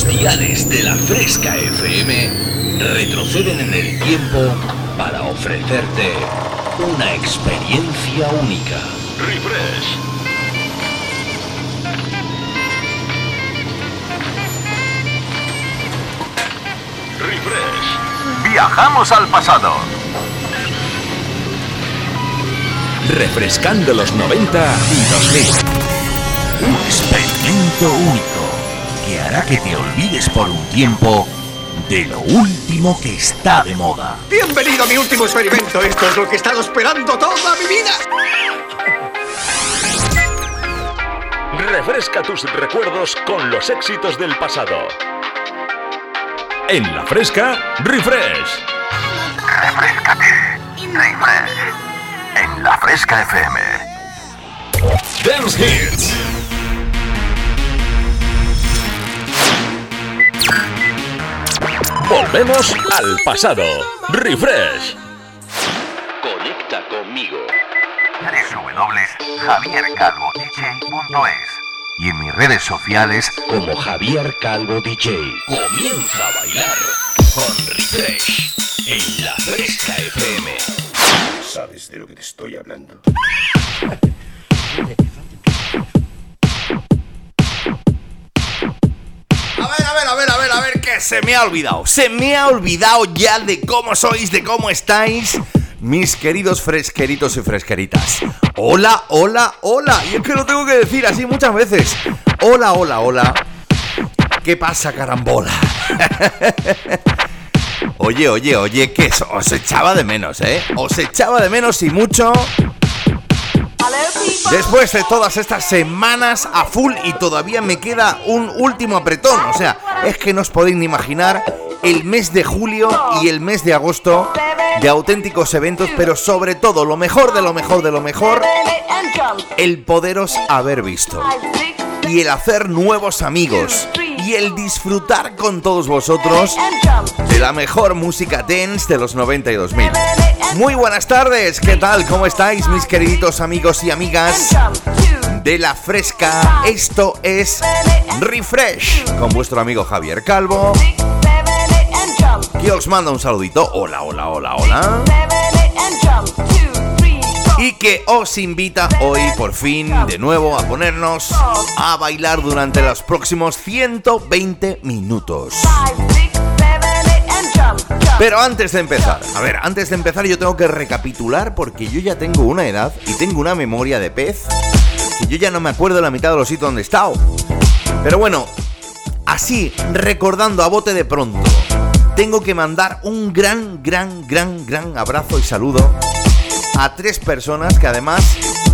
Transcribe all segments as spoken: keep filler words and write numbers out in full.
Los diales de la Fresca F M retroceden en el tiempo para ofrecerte una experiencia única. Refresh. Refresh. Viajamos al pasado. Refrescando los noventa y dos mil. Un experimento único que hará que te olvides por un tiempo de lo último que está de moda. Bienvenido a mi último experimento. Esto es lo que he estado esperando toda mi vida. Refresca tus recuerdos con los éxitos del pasado. En La Fresca, Refresh. Refrescate. Refresh. En La Fresca F M. Dance Hits. Volvemos al pasado. Refresh. Conecta conmigo. doble u doble u doble u punto javier calvo d j punto es y en mis redes sociales como Javier Calvo D J. Comienza a bailar con Refresh en La Fresca F M. ¿Sabes de lo que te estoy hablando? A ver, a ver, a ver, a ver, a ver, que se me ha olvidado. Se me ha olvidado ya de cómo sois, de cómo estáis, mis queridos fresqueritos y fresqueritas. Hola, hola, hola. Y es que lo tengo que decir así muchas veces. Hola, hola, hola. ¿Qué pasa, carambola? Oye, oye, oye, que os echaba de menos, ¿eh? Os echaba de menos y mucho. Después de todas estas semanas a full y todavía me queda un último apretón. O sea, es que no os podéis ni imaginar el mes de julio y el mes de agosto de auténticos eventos, pero sobre todo, lo mejor de lo mejor de lo mejor, el poderos haber visto y el hacer nuevos amigos y el disfrutar con todos vosotros de la mejor música dance de los noventa y dos mil. Muy buenas tardes, ¿qué tal? ¿Cómo estáis, mis queridos amigos y amigas de La Fresca? Esto es Refresh con vuestro amigo Javier Calvo, que os manda un saludito. Hola, hola, hola, hola. Y que os invita hoy por fin de nuevo a ponernos a bailar durante los próximos ciento veinte minutos. Pero antes de empezar, a ver, antes de empezar yo tengo que recapitular porque yo ya tengo una edad y tengo una memoria de pez que yo ya no me acuerdo de la mitad de los sitios donde he estado. Pero bueno, así, recordando a bote de pronto, tengo que mandar un gran, gran, gran, gran abrazo y saludo a tres personas que además...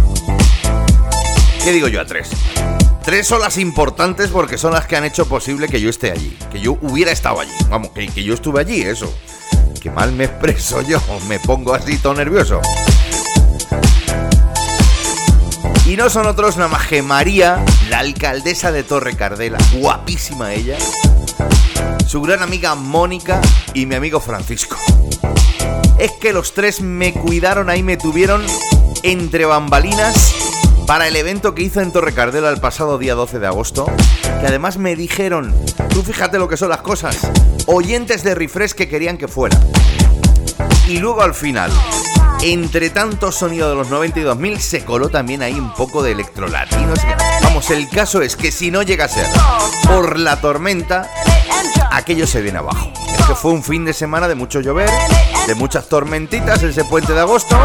¿Qué digo yo a tres? Tres son las importantes porque son las que han hecho posible que yo esté allí, que yo hubiera estado allí, vamos, que, que yo estuve allí, eso. Qué mal me expreso yo, me pongo así todo nervioso. Y no son otros nada más que María, la alcaldesa de Torre Cardela, guapísima ella, su gran amiga Mónica y mi amigo Francisco. Es que los tres me cuidaron ahí, me tuvieron entre bambalinas para el evento que hice en Torre Cardela el pasado día doce de agosto, que además me dijeron, tú fíjate lo que son las cosas, oyentes de Refresh que querían que fuera. Y luego al final, entre tanto sonido de los noventa y dos mil, se coló también ahí un poco de electrolatino. Vamos, el caso es que si no llega a ser por la tormenta, aquello se viene abajo. Es que fue un fin de semana de mucho llover, de muchas tormentitas ese puente de agosto,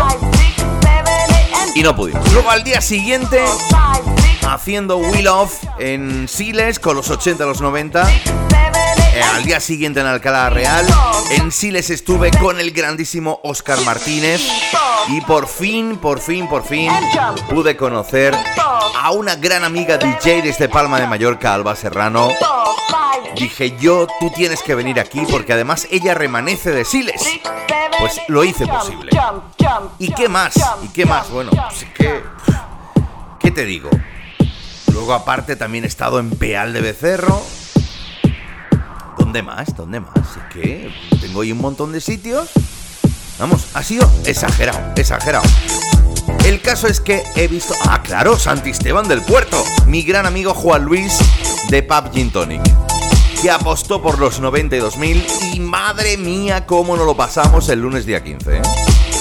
y no pudimos. Luego al día siguiente, haciendo Wheel Off en Siles con los ochenta y los noventa. Eh, al día siguiente en Alcalá Real. En Siles estuve con el grandísimo Óscar Martínez. Y por fin, por fin, por fin pude conocer a una gran amiga D J desde Palma de Mallorca, Alba Serrano. Dije yo, tú tienes que venir aquí porque además ella remanece de Siles. Pues lo hice posible. ¿Y qué más? ¿Y qué más? Bueno, pues es que... ¿qué te digo? Luego aparte también he estado en Peal de Becerro. ¿Dónde más? ¿Dónde más? Es que tengo ahí un montón de sitios. Vamos, ha sido exagerado, exagerado. El caso es que he visto... Ah, claro, Santisteban del Puerto. Mi gran amigo Juan Luis de Pub Gin Tonic. que apostó por los noventa y dos mil y madre mía cómo nos lo pasamos el lunes día quince, ¿eh?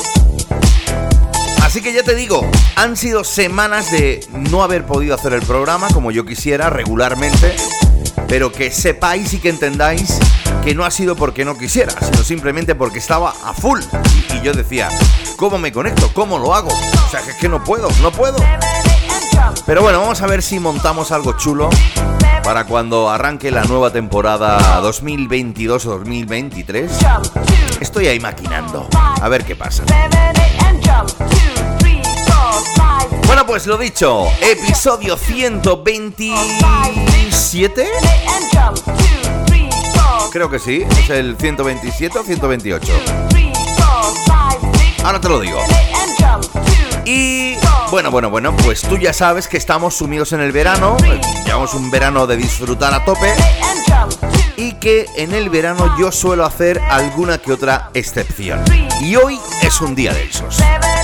Así que ya te digo, han sido semanas de no haber podido hacer el programa como yo quisiera regularmente, pero que sepáis y que entendáis que no ha sido porque no quisiera, sino simplemente porque estaba a full. Y, y yo decía, ¿cómo me conecto? ¿Cómo lo hago? O sea, que es que no puedo, no puedo. Pero bueno, vamos a ver si montamos algo chulo para cuando arranque la nueva temporada dos mil veintidós o dos mil veintitrés. Estoy ahí maquinando, a ver qué pasa. Bueno, pues lo dicho, episodio ciento veintisiete. Creo que sí, es el ciento veintisiete o ciento veintiocho. Ahora te lo digo. Y bueno, bueno, bueno, pues tú ya sabes que estamos sumidos en el verano. Llevamos un verano de disfrutar a tope. Y que en el verano yo suelo hacer alguna que otra excepción. Y hoy es un día de esos.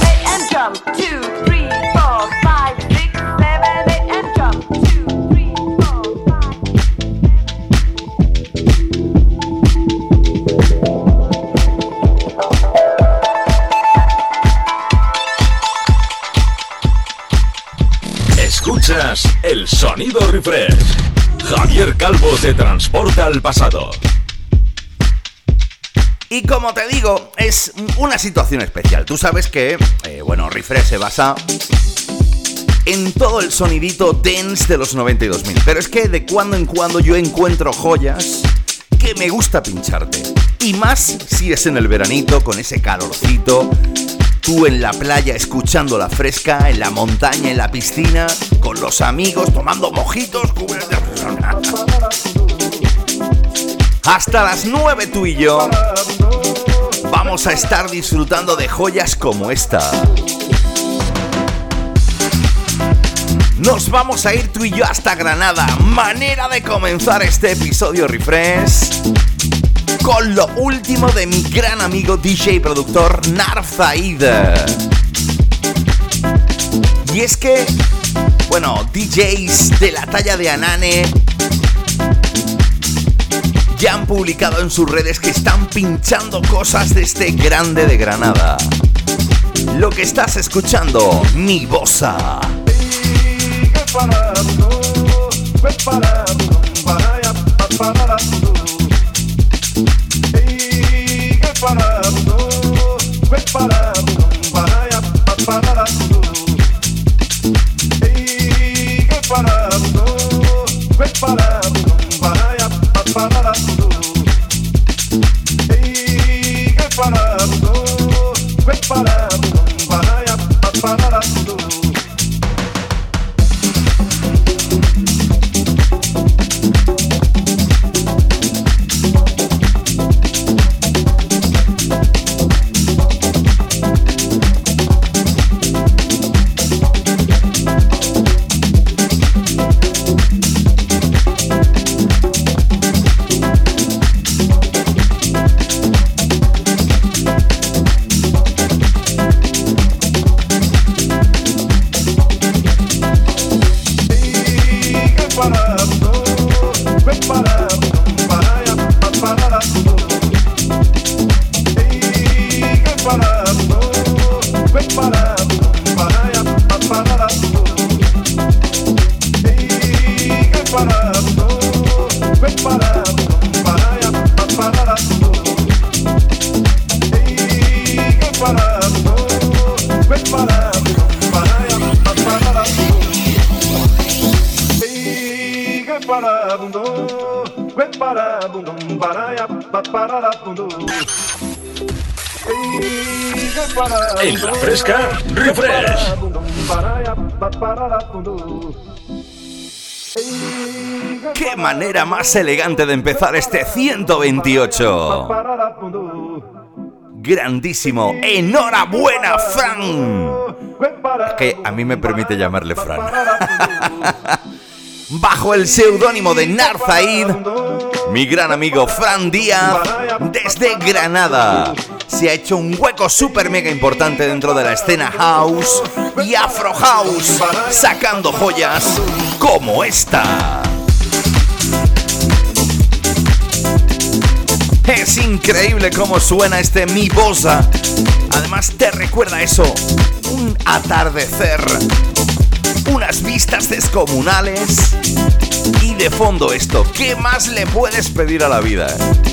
Escuchas el sonido refresh. Javier Calvo te transporta al pasado. Y como te digo, es una situación especial. Tú sabes que, eh, bueno, Refresh se basa en todo el sonidito dance de los noventa y dos mil. Pero es que de cuando en cuando yo encuentro joyas que me gusta pincharte. Y más si es en el veranito, con ese calorcito. Tú en la playa escuchándola fresca, en la montaña, en la piscina, con los amigos, tomando mojitos. Hasta las nueve tú y yo vamos a estar disfrutando de joyas como esta. Nos vamos a ir tú y yo hasta Granada. Manera de comenzar este episodio Refresh con lo último de mi gran amigo D J y productor Narzaid. Y es que, bueno, D Js de la talla de Anane ya han publicado en sus redes que están pinchando cosas de este grande de Granada. Lo que estás escuchando, Mi Bossa. En la fresca, Refresh. ¡Qué manera más elegante de empezar este ciento veintiocho! Grandísimo, enhorabuena, Fran. Es que a mí me permite llamarle Fran. Bajo el seudónimo de Narzaid, mi gran amigo Fran Díaz, desde Granada, se ha hecho un hueco súper mega importante dentro de la escena house y afro house, sacando joyas como esta. Es increíble cómo suena este Mi Bossa. Además te recuerda eso, un atardecer, unas vistas descomunales y de fondo esto. ¿Qué más le puedes pedir a la vida?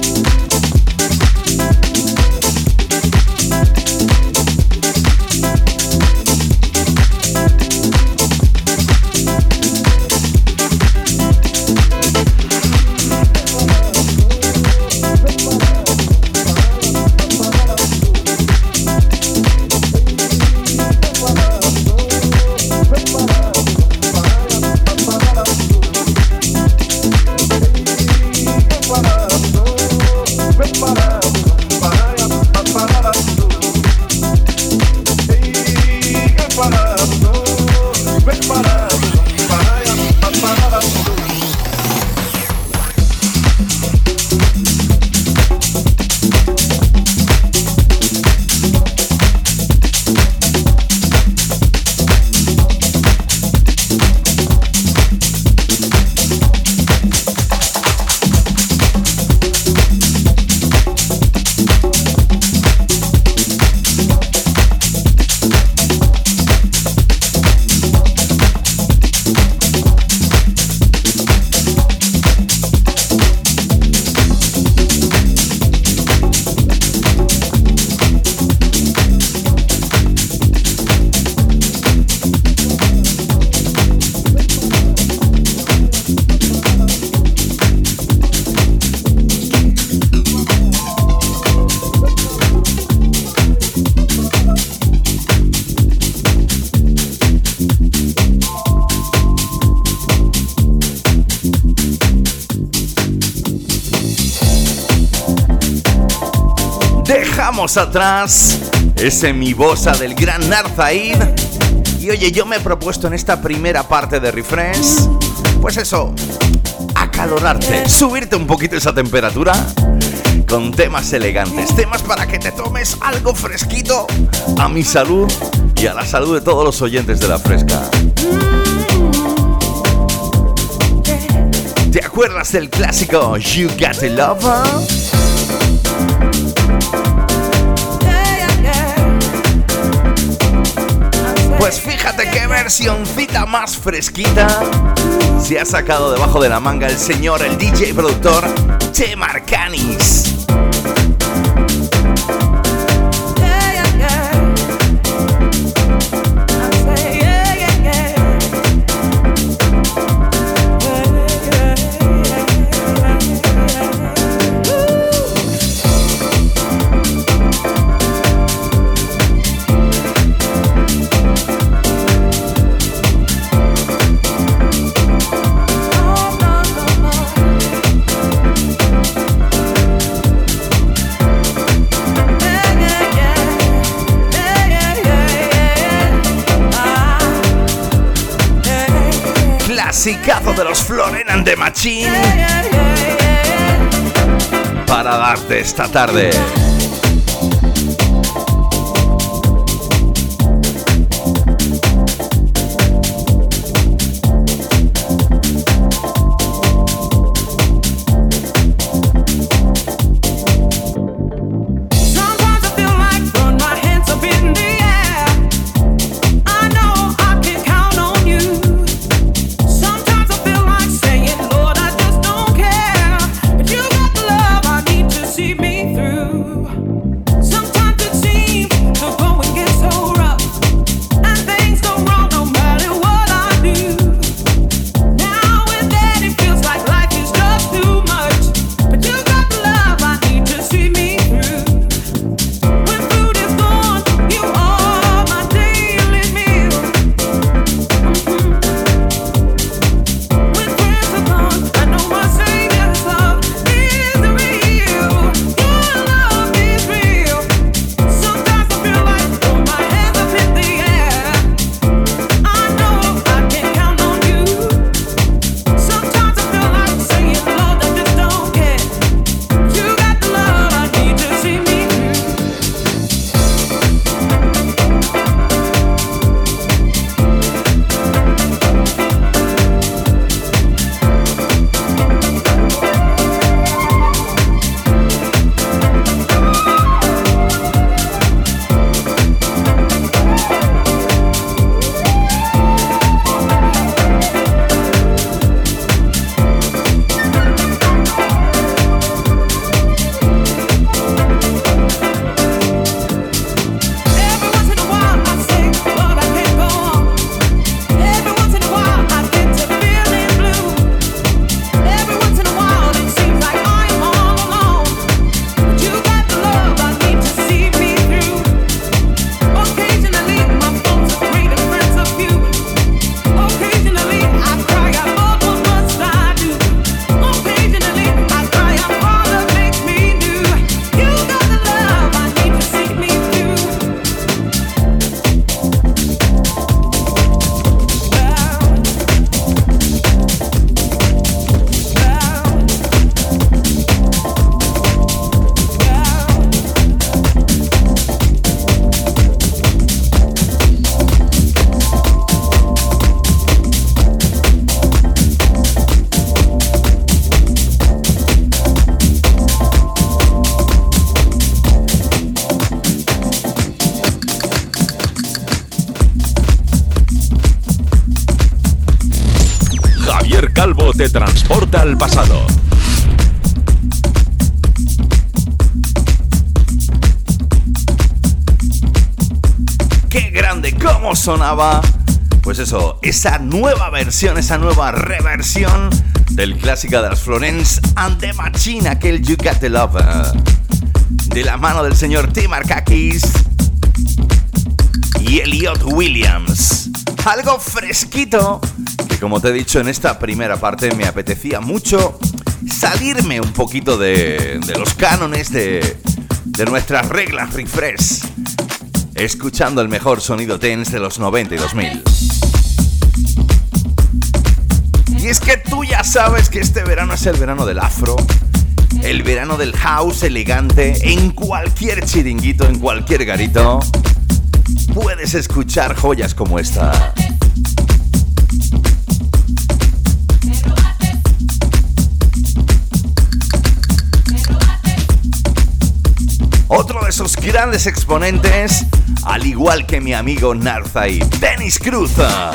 Dejamos atrás ese Mi Bossa del gran Narzaid. Y oye, yo me he propuesto en esta primera parte de Refresh, pues eso, acalorarte, subirte un poquito esa temperatura con temas elegantes, temas para que te tomes algo fresquito, a mi salud y a la salud de todos los oyentes de La Fresca. ¿Te acuerdas del clásico You Got to Love Her? Pues fíjate qué versioncita más fresquita se ha sacado debajo de la manga el señor, el D J productor Chema Arcanis. Clasicazo de los Florence and the Machine para darte esta tarde. See me through. te transporta al pasado. ¡Qué grande! ¿Cómo sonaba? Pues eso, esa nueva versión, esa nueva reversión del clásico de las Florence and the Machine, aquel You Got the Love, de la mano del señor Tim Arcakis y Elliot Williams. Algo fresquito que, como te he dicho en esta primera parte, me apetecía mucho salirme un poquito de, de los cánones de, de nuestras reglas refresh, escuchando el mejor sonido dance de los noventa y dos mil. Y es que tú ya sabes que este verano es el verano del afro, el verano del house elegante. En cualquier chiringuito, en cualquier garito, puedes escuchar joyas como esta. Otro de esos grandes exponentes, al igual que mi amigo Narzai, Dennis Cruz.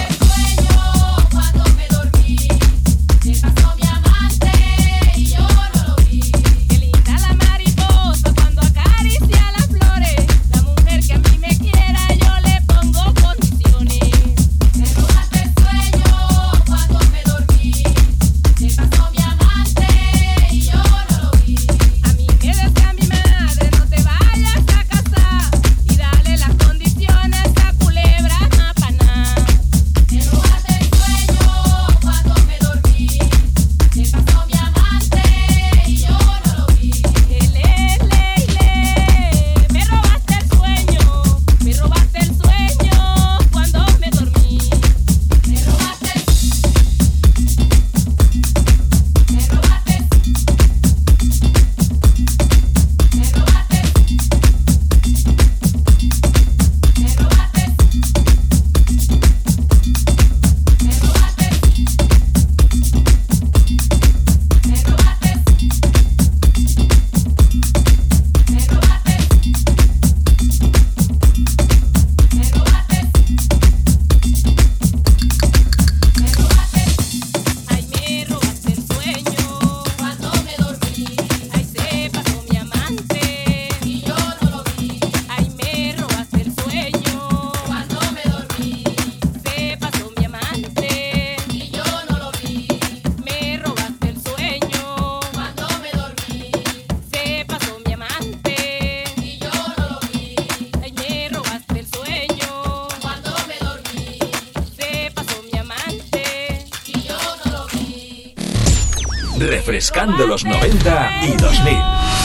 Refrescando los noventa y dos mil.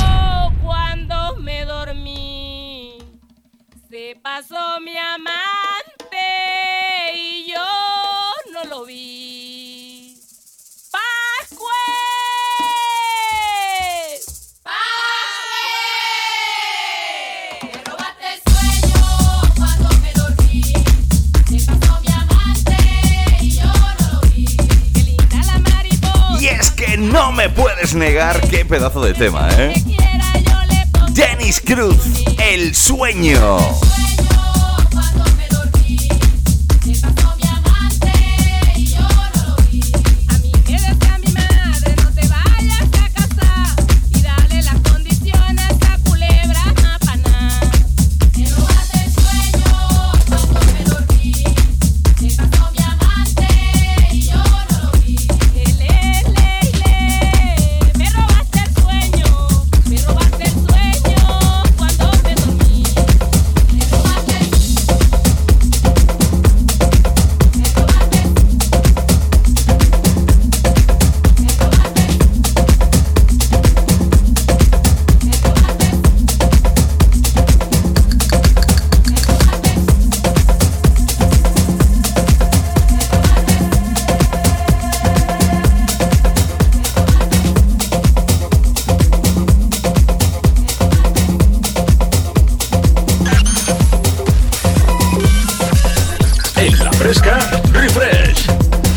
Cuando me dormí, se pasó mi amante y yo no lo vi. ¡Pascue! ¡Pascue! Me robaste el sueño cuando me dormí. Se pasó mi amante y yo no lo vi. Qué linda la mariposa. Y es que no me puedes negar qué pedazo de tema, ¿eh? Dennis Cruz, El Sueño. Refresh.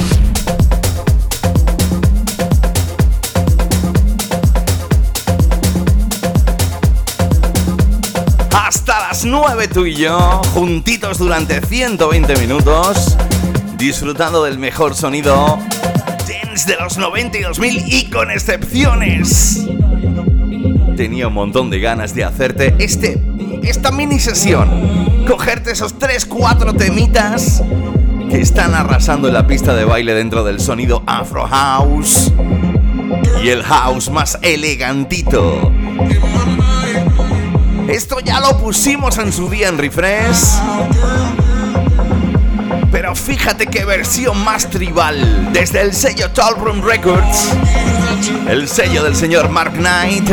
Hasta las nueve tú y yo, juntitos durante ciento veinte minutos, disfrutando del mejor sonido dance de los noventa y dos mil y con excepciones. Tenía un montón de ganas de hacerte este, esta mini sesión. Cogerte esos tres cuatro temitas que están arrasando en la pista de baile dentro del sonido Afro House y el house más elegantito. Esto ya lo pusimos en su día en Refresh, pero fíjate qué versión más tribal desde el sello Tall Room Records, el sello del señor Mark Knight.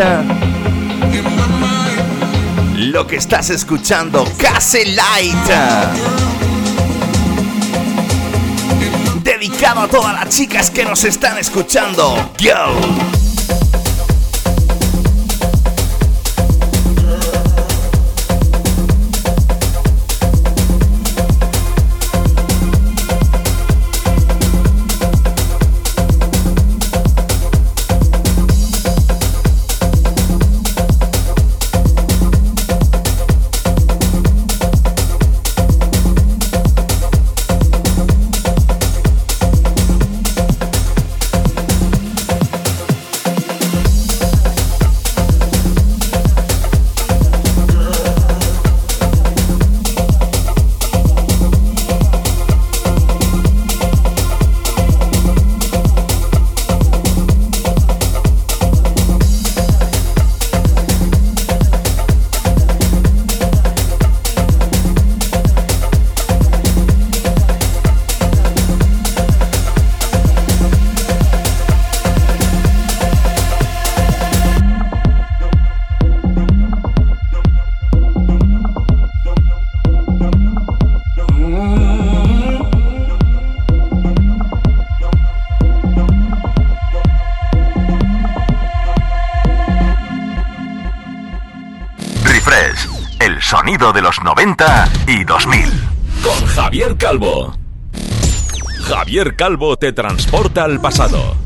Lo que estás escuchando, Castle Light, dedicado a todas las chicas que nos están escuchando. Go. Sonido de los noventa y dos mil. Con Javier Calvo. Javier Calvo te transporta al pasado.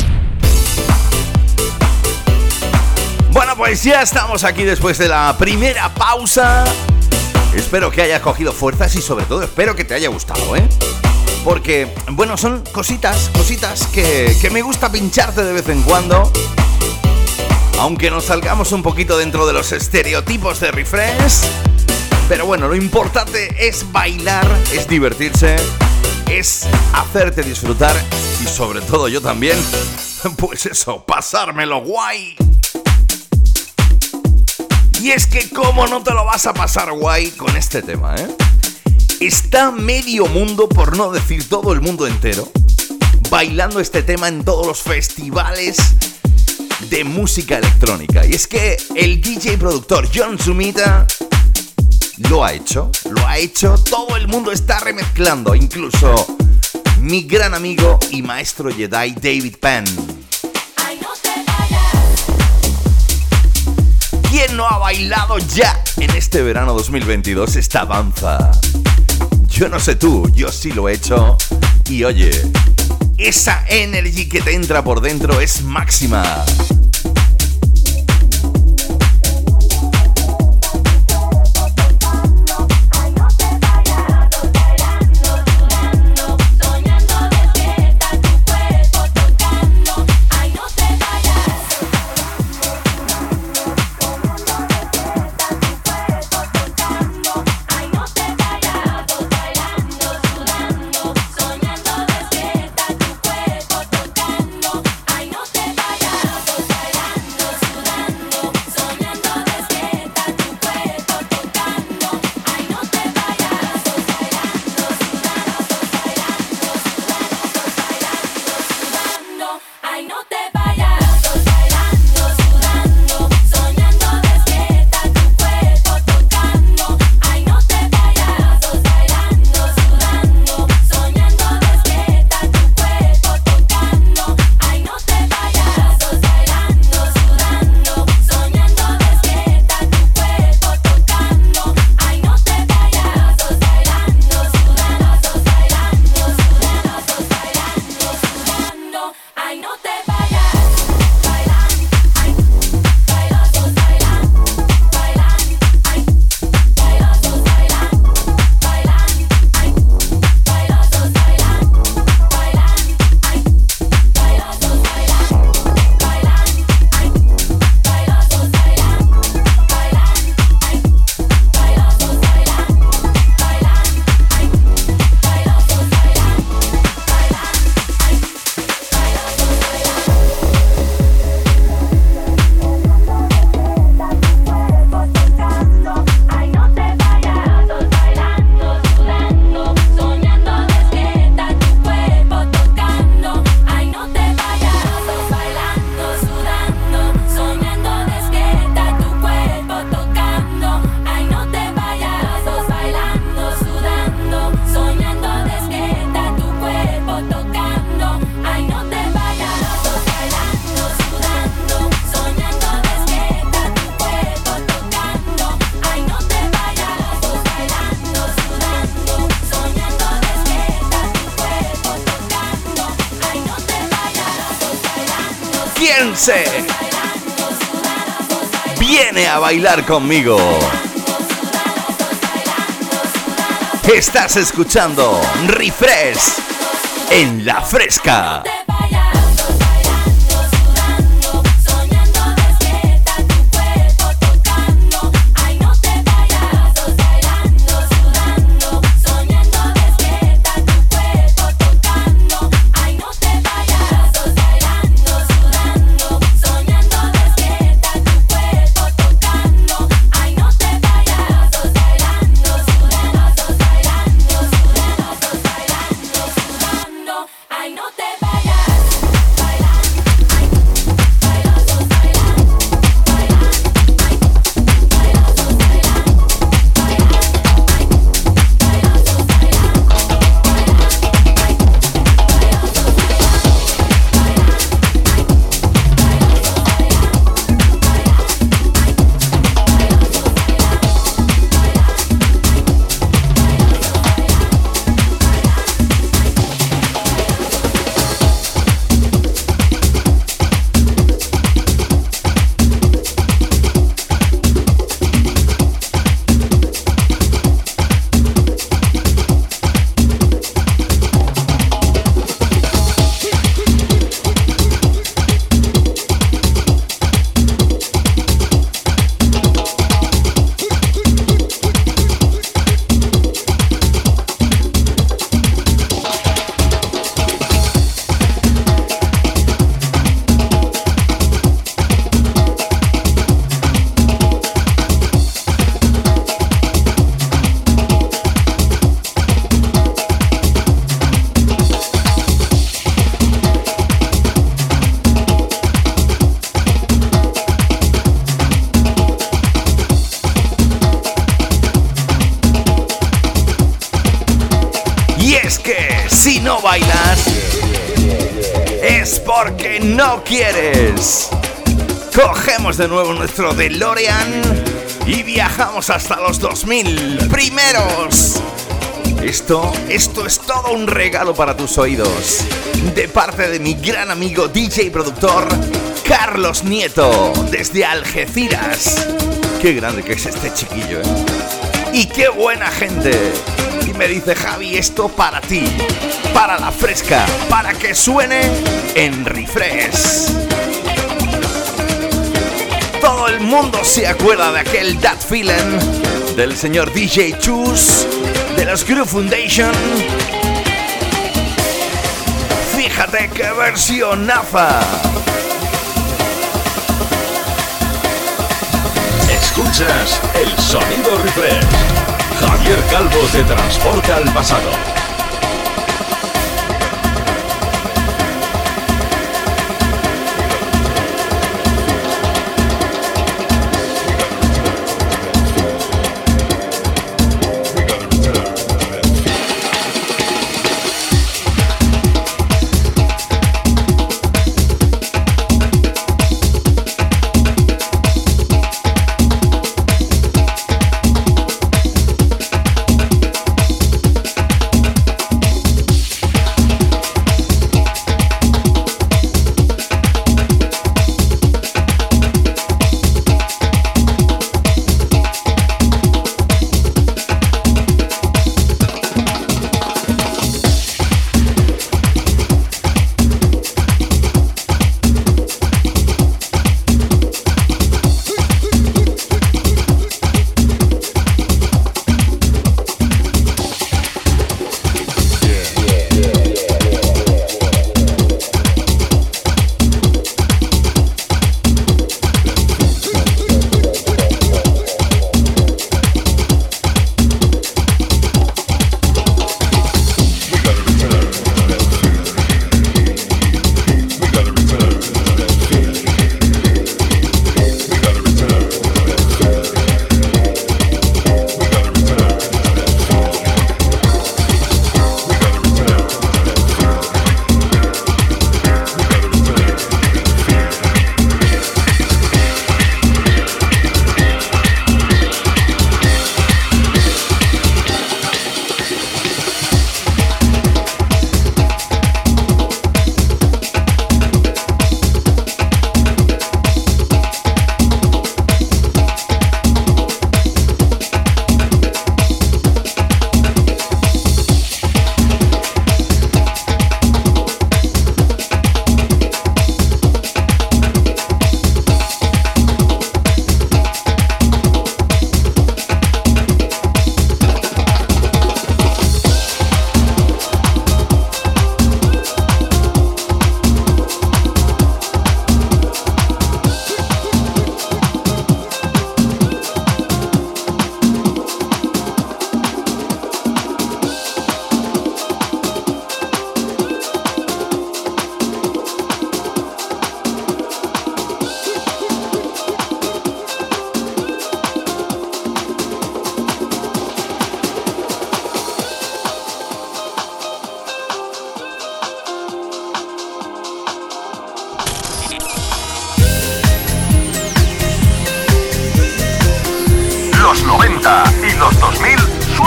Bueno, pues ya estamos aquí después de la primera pausa. Espero que hayas cogido fuerzas y sobre todo espero que te haya gustado, ¿eh? Porque, bueno, son cositas, cositas que, que me gusta pincharte de vez en cuando. Aunque nos salgamos un poquito dentro de los estereotipos de Refresh. Pero bueno, lo importante es bailar, es divertirse, es hacerte disfrutar y sobre todo yo también, pues eso, pasármelo guay. Y es que cómo no te lo vas a pasar guay con este tema, ¿eh? Está medio mundo, por no decir todo el mundo entero, bailando este tema en todos los festivales de música electrónica. Y es que el D J productor John Sumita lo ha hecho, lo ha hecho, todo el mundo está remezclando, incluso mi gran amigo y maestro Jedi David Penn. Ay, no te vayas. ¿Quién no ha bailado ya en este verano dos mil veintidós esta danza? Yo no sé tú, yo sí lo he hecho. Y oye, esa energy que te entra por dentro es máxima. Soñando despierta tu cuerpo tocando. Ay, no te vayas. José. Viene a bailar conmigo. Estás escuchando Refresh en La Fresca. No bailas es porque no quieres. Cogemos de nuevo nuestro DeLorean y viajamos hasta los dos mil primeros. Esto, esto es todo un regalo para tus oídos, de parte de mi gran amigo D J y productor Carlos Nieto, desde Algeciras. Qué grande que es este chiquillo, ¿eh? Y qué buena gente. Y me dice: Javi, esto para ti, para La Fresca, para que suene en Refresh. Todo el mundo se acuerda de aquel That Feeling del señor D J Chus, de los Groove Foundation. Fíjate qué versionaza. Escuchas el sonido Refresh. Javier Calvo te transporta al pasado.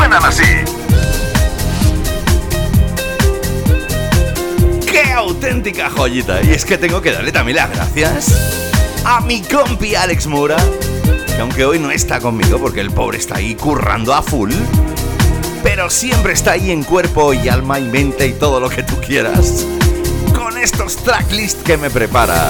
suenan así. ¡Qué auténtica joyita! Y es que tengo que darle también las gracias a mi compi Alex Mura, que aunque hoy no está conmigo porque el pobre está ahí currando a full, pero siempre está ahí en cuerpo y alma y mente y todo lo que tú quieras, con estos tracklists que me prepara.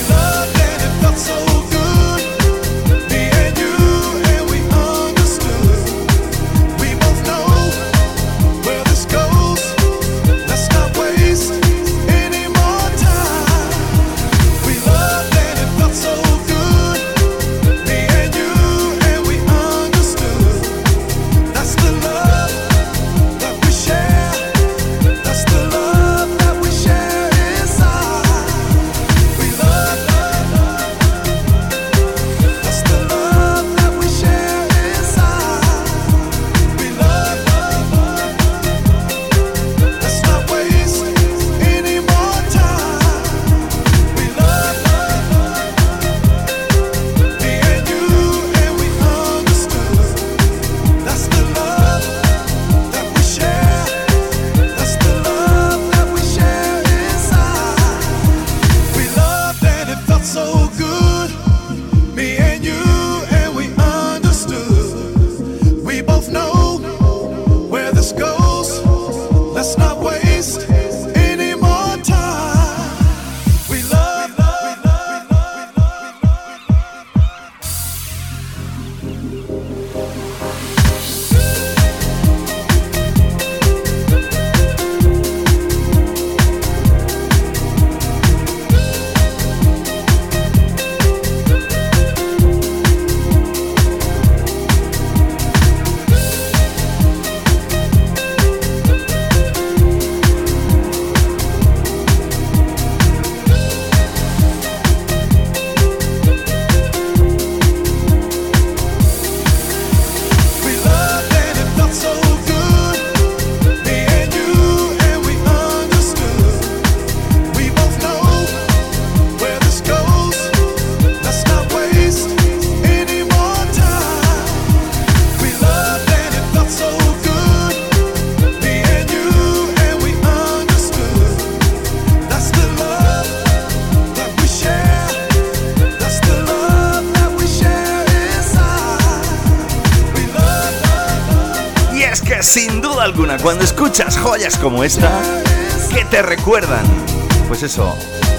Sin duda alguna, cuando escuchas joyas como esta, que te recuerdan, pues eso,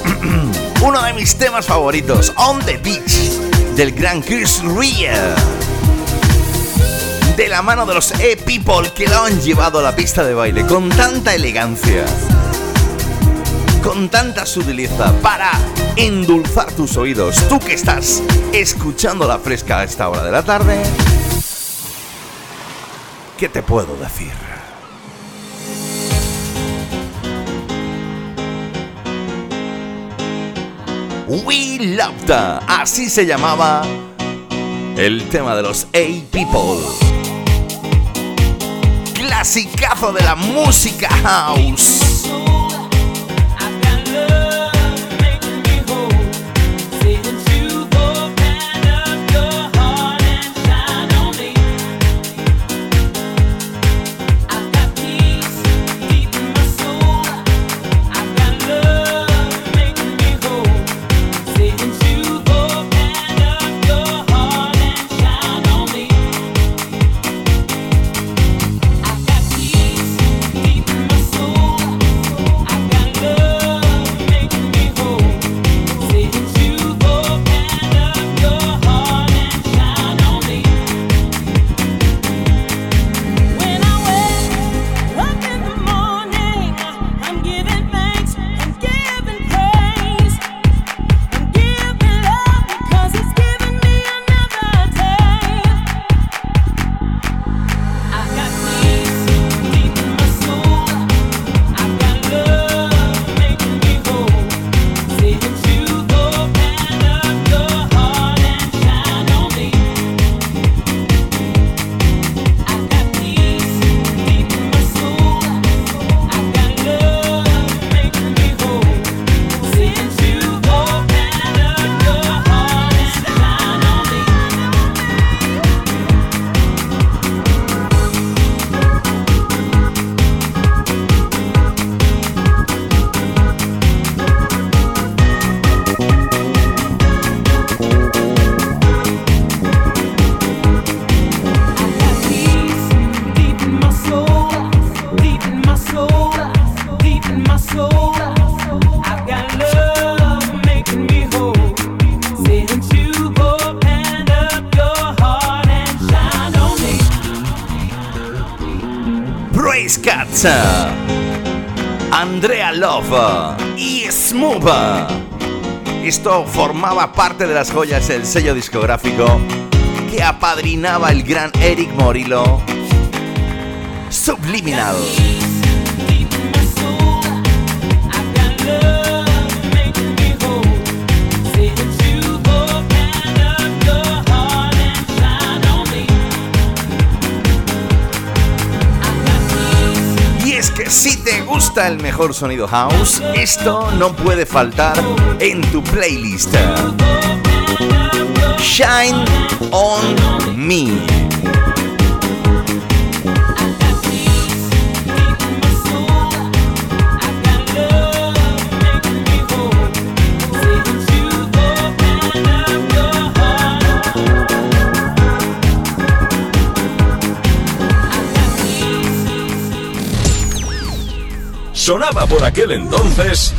uno de mis temas favoritos, On the Beach, del gran Chris Rea, de la mano de los E-People que lo han llevado a la pista de baile con tanta elegancia, con tanta sutileza, para endulzar tus oídos. Tú que estás escuchando la fresca a esta hora de la tarde, ¿qué te puedo decir? We Loved Her, así se llamaba el tema de los A-People. Clasicazo de la música house. Deep in my soul. Cats, Andrea Love y Smooth. Esto formaba parte de las joyas del sello discográfico que apadrinaba el gran Eric Morillo. Subliminal. Que si te gusta el mejor sonido house, esto no puede faltar en tu playlist. Shine on Me. Sonaba por aquel entonces.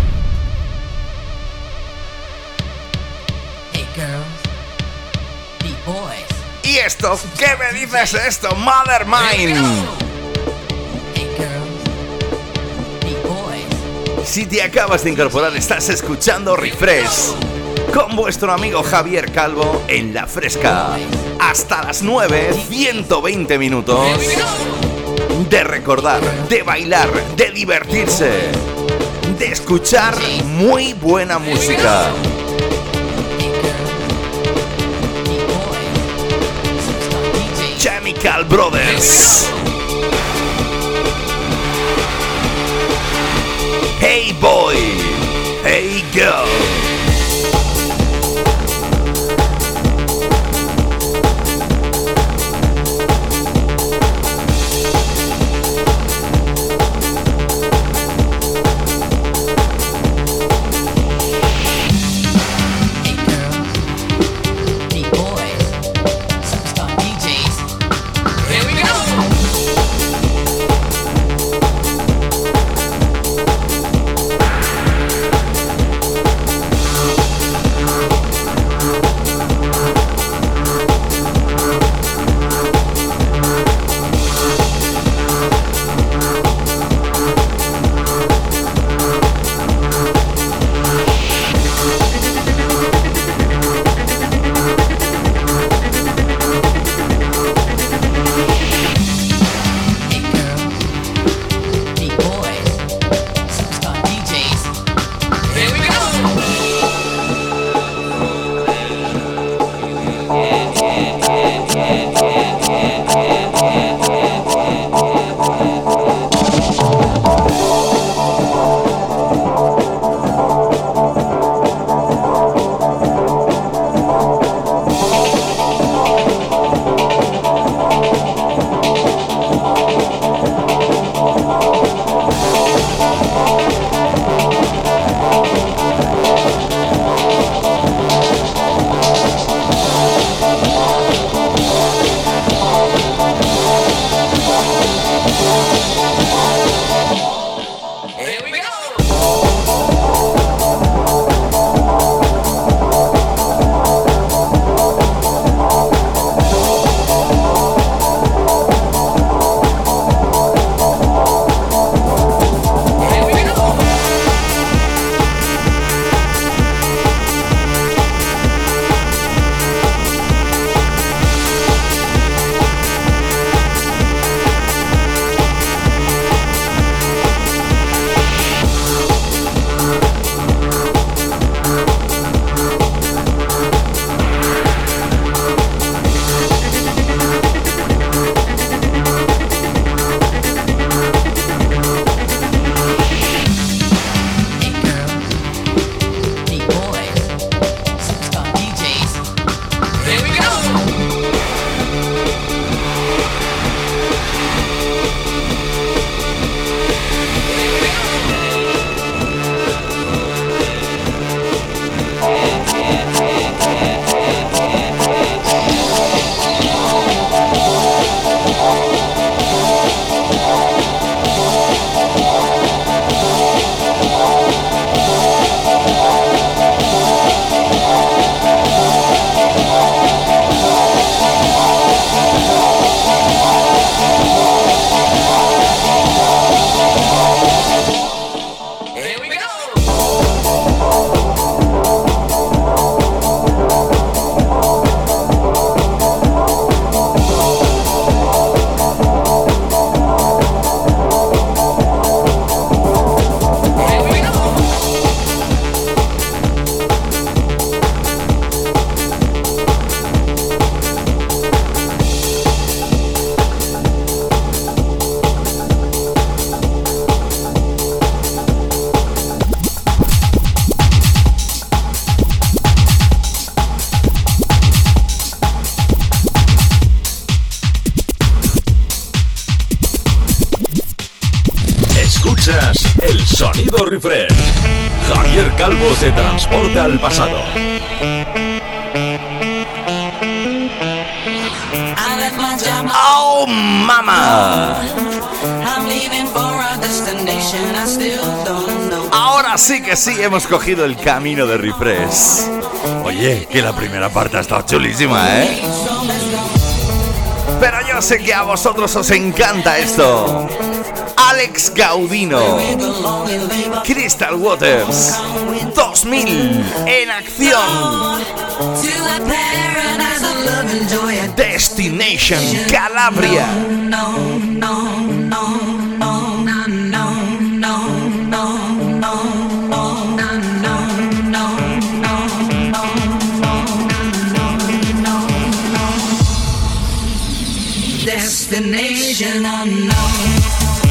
Hey girls, be boys. ¿Y esto? ¿Qué me dices de esto, Mother Mine? Hey girls, be boys. Si te acabas de incorporar, estás escuchando Refresh con vuestro amigo Javier Calvo en La Fresca. Hasta las nueve, ciento veinte minutos de recordar, de bailar, de divertirse, de escuchar muy buena música. Chemical Brothers. Hey boy, hey girl. Here we go. Escuchas el sonido refresh. Javier Calvo te transporta al pasado. ¡Oh, mamá! Ahora sí que sí hemos cogido el camino de refresh. Oye, que la primera parte ha estado chulísima, ¿eh? Pero yo sé que a vosotros os encanta esto. Alex Gaudino, Crystal Waters, dos mil en acción. Destination Calabria. Destination unknown.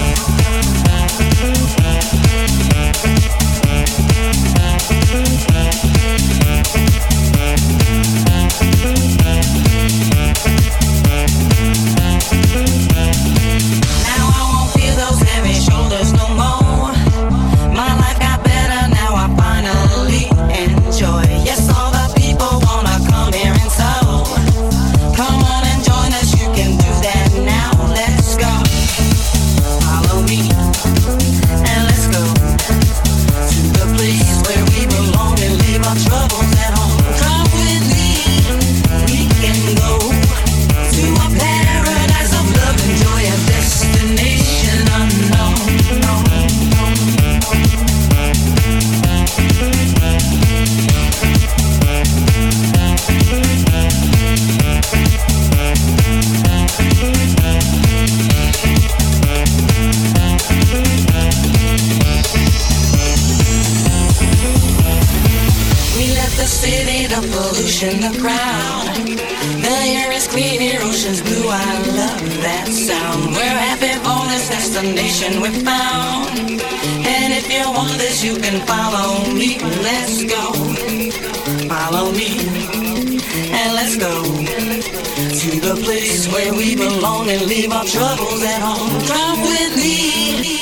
The crowd, the air is clean, the ocean's blue. I love that sound. We're happy for this destination we found. And if you want this, you can follow me. Let's go, follow me, and let's go to the place where we belong and leave our troubles at home. Come with me.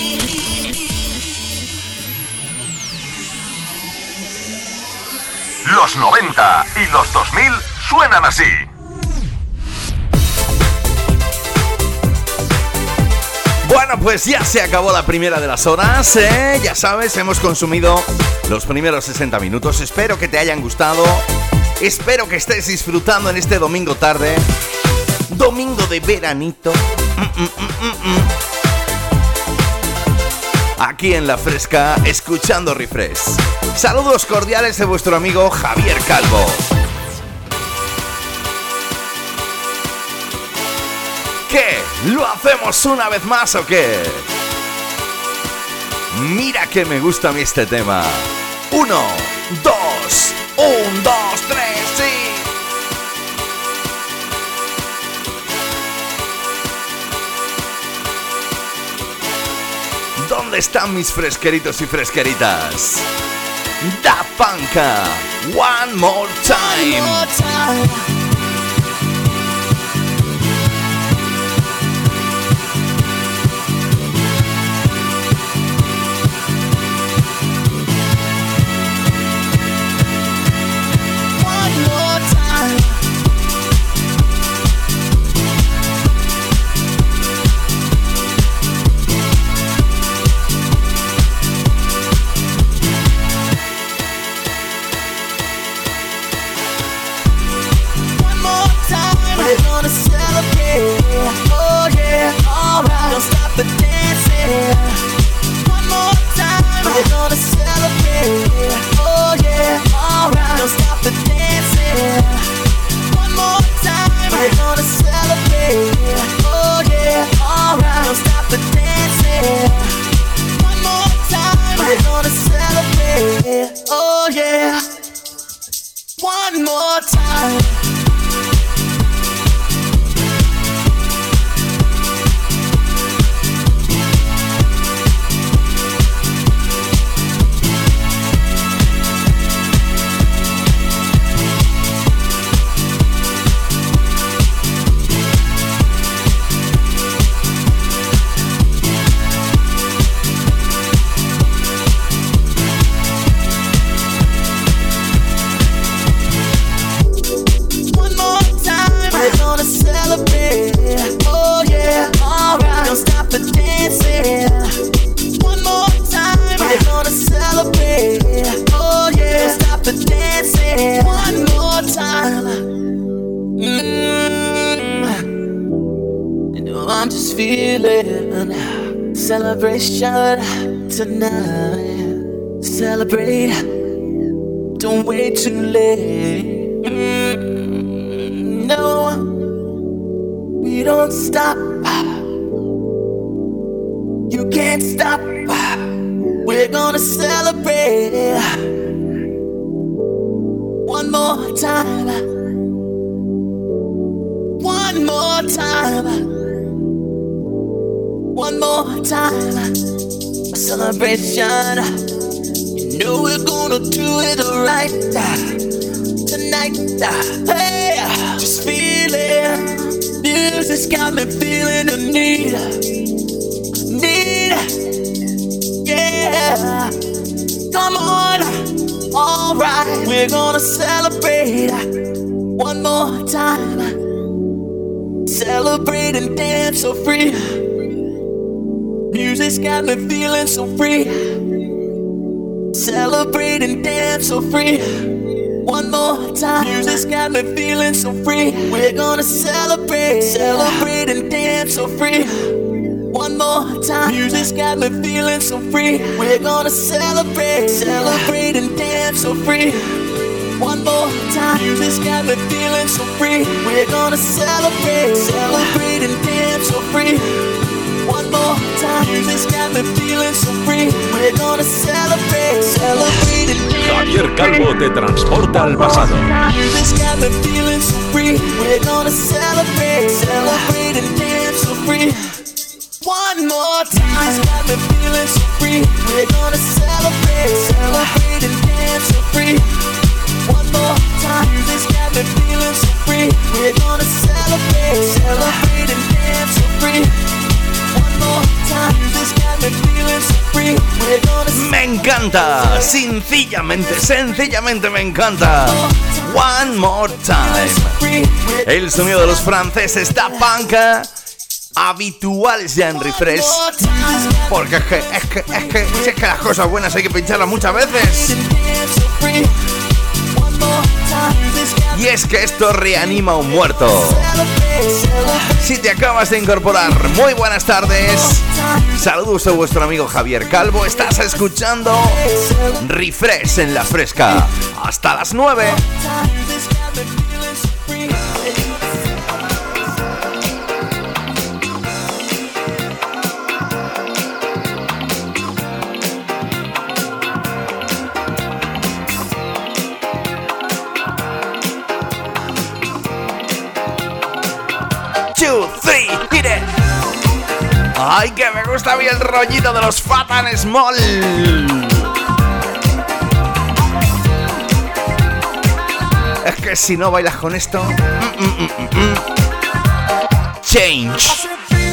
Los noventa y los dos mil suenan así. Bueno, pues ya se acabó la primera de las horas, ¿eh? Ya sabes, hemos consumido los primeros sesenta minutos. Espero que te hayan gustado. Espero que estés disfrutando en este domingo tarde. Domingo de veranito. Mm, mm, mm, mm, mm. Aquí en La Fresca, escuchando Refresh. Saludos cordiales de vuestro amigo Javier Calvo. ¿Qué? ¿Lo hacemos una vez más o qué? Mira que me gusta a mí este tema. Uno, dos, un, dos, tres, sí. ¿Dónde están mis fresqueritos y fresqueritas? Da Panca, One More Time. One more time. feeling. Celebration tonight. Celebrate. Don't wait too late. Mm, no, we don't stop. You can't stop. We're gonna celebrate. One more time. One more time. One more time. A celebration. You know we're gonna do it right tonight. Hey, just feel it. Music's got me feeling the need. Need. Yeah. Come on. Alright, we're gonna celebrate one more time. Celebrate and dance so free. Music's got me feeling so free. Celebrate and dance so free. One more time. Music's got me feeling so free. We're gonna celebrate. Celebrate and dance so free. One more time. Music's got me feeling so free. We're gonna celebrate. Celebrate and dance so free. One more time. Music's got me feeling so free. We're gonna celebrate. Celebrate and dance so free. One more time. Music's got me feeling so free. We're gonna celebrate. Celebrate and dance. Javier Calvo te transporta al pasado. Music's got me feeling so free. We're gonna celebrate. Celebrate and dance so free. One more time, it's got me feeling so free. We're gonna celebrate, celebrate and dance so free. One more time, it's got me feeling so free. We're gonna celebrate, celebrate and dance so free. One more time, it's got me feeling so free. We're gonna celebrate. Me encanta, sencillamente, sencillamente me encanta. One more time. El sonido de los franceses Da Punk, habituales ya en Refresh, porque es que, es que, es que, si es que las cosas buenas hay que pincharlas muchas veces. Y es que esto reanima a un muerto. Si te acabas de incorporar, muy buenas tardes. Saludos a vuestro amigo Javier Calvo. Estás escuchando Refresh en La Fresca hasta las nueve. Ay, que me gusta a mí el rollito de los Fat and Small. Es que si no bailas con esto, mm, mm, mm, mm. Change.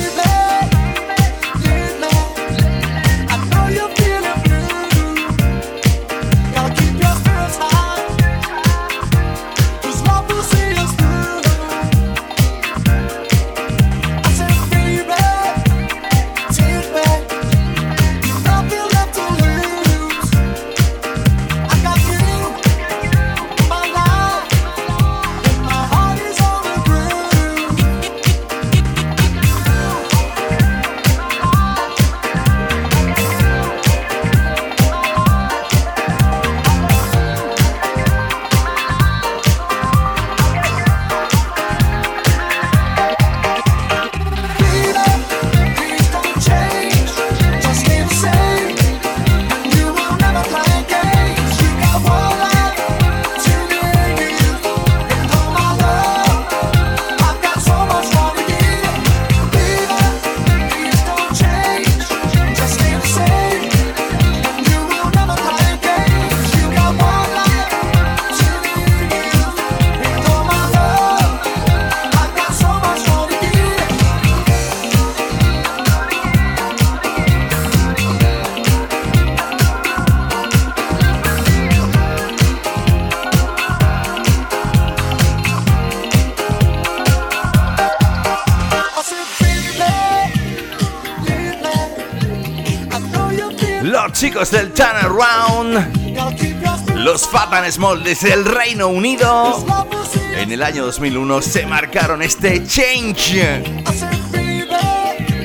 Chicos del Turnaround, los Fat and Small desde el Reino Unido, en el año dos mil uno se marcaron este Change.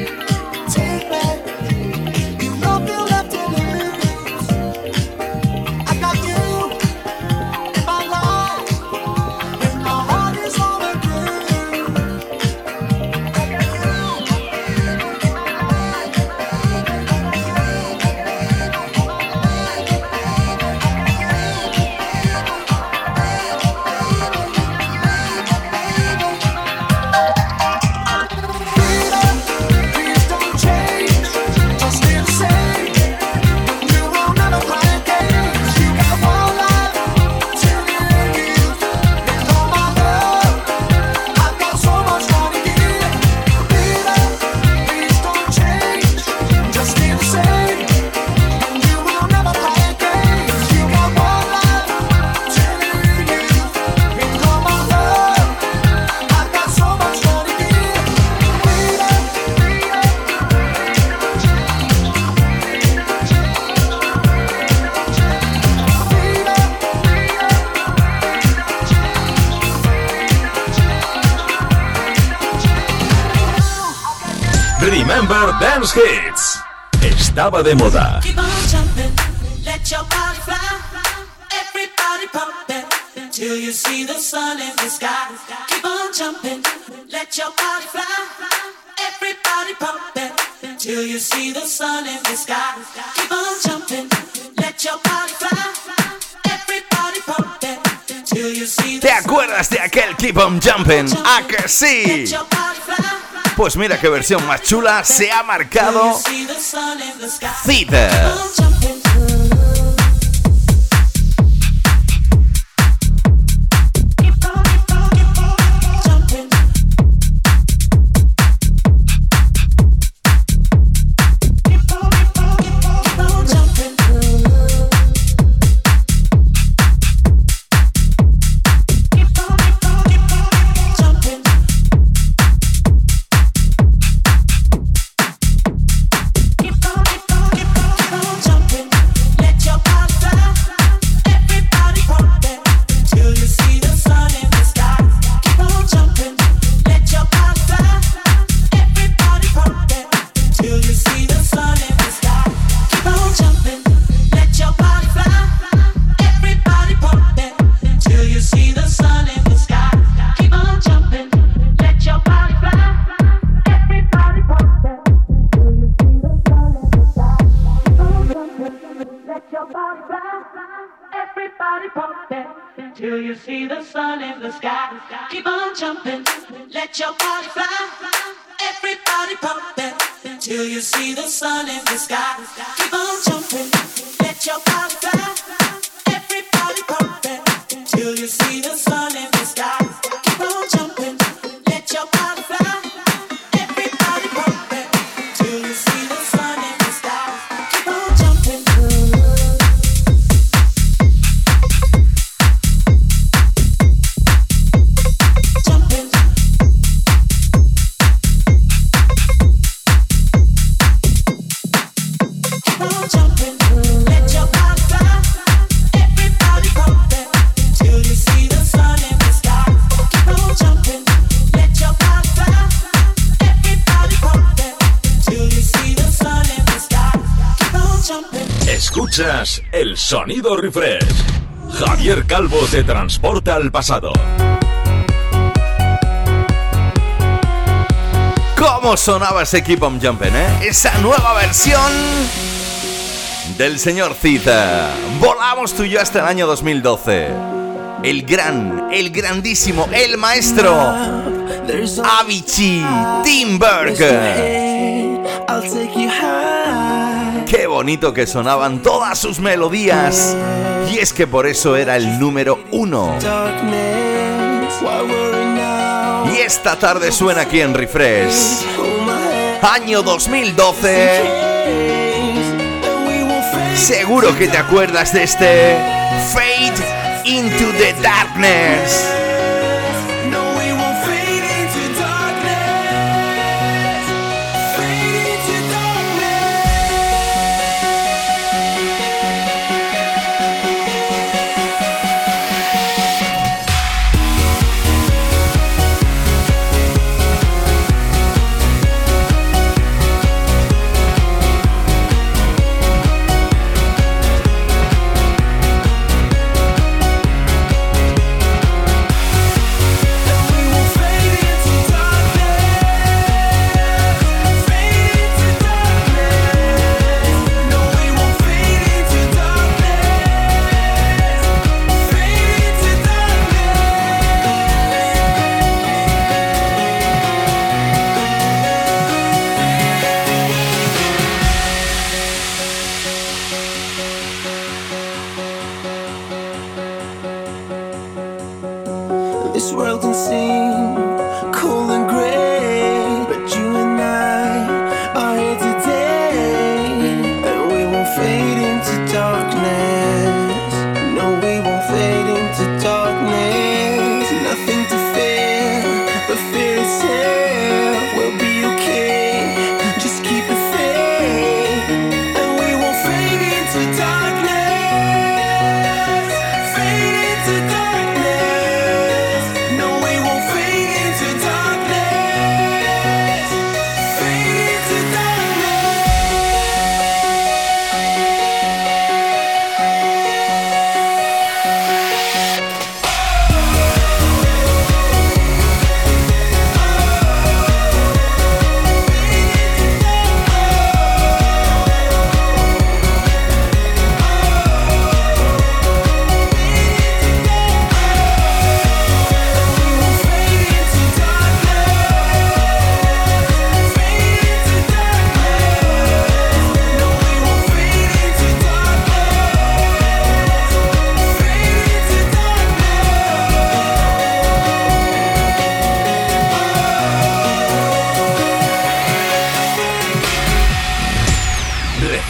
Remember Dance Hits. Estaba de moda. Keep on jumping, let your body fly. Everybody pump it till you see the sun in the sky. Keep on jumping, let your body fly. Everybody pump it till you see the sun in the sky. Keep on jumping, let your body fly. Everybody pump it till you see the ¿Te acuerdas de aquel Keep on Jumping? ¿A que sí? Let your body fly. Pues mira qué versión más chula se ha marcado See the sun in the sky. Cita. Keep on jumping. Keep on, keep on, keep on jumping. Keep on, keep on, keep on, keep on jumping. Keep on, keep on, keep on jumping. Keep on, keep on, keep on, keep on jumping. Let your body fly. Everybody pump it till you see the sun in the sky. Keep on jumping. Let your body fly. Everybody pump it till you see the sun in the sky. Keep on jumping. Let your body fly. Everybody pump it till you see the sun in the sky. Keep on jumping. Let your body fly. Everybody pump it till you see the sun in the sky. Keep on jumping. Let your body fly. Everybody pump it till you see the sun in the sky. Keep on jumping. Let your body fly. Everybody pump it till you see the sun in the sky. Keep on jumping. Let your body fly. Everybody pump it till you see the sun in the sky. Keep on jumping. Let your body fly. Everybody pump it till you see the sun in the sky. Keep on jumping. Jumping. Keep on jumping. Let your body fly. Everybody pump it till you see the sun in the sky. Keep on jumping. Let your body fly. Everybody pump it till you see the sun in the sky. Keep on jumping. Escuchas el sonido refresh. Javier Calvo te transporta al pasado. ¿Cómo sonaba ese Keep on Jumping, eh? Esa nueva versión del señor Cita. Volamos tú y yo hasta el año dos mil doce. El gran, el grandísimo, el maestro Avicii Timberg. I'll take you high. Qué bonito que sonaban todas sus melodías. Y es que por eso era el número uno. Darkness, why worry now? Y esta tarde suena aquí en Refresh. Hold my hand, Año dos mil doce. and we won't fade. Seguro que te acuerdas de este Fade into the Darkness. No, we won't fade into darkness. Fade into darkness.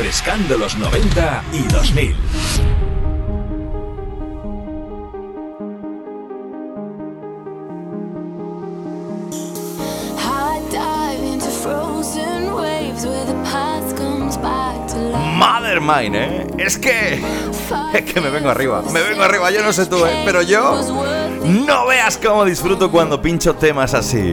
refrescando los noventa y dos mil. Mother Mine, ¿eh? Es que... Es que me vengo arriba. Me vengo arriba, yo no sé tú, ¿eh? Pero yo... No veas cómo disfruto cuando pincho temas así.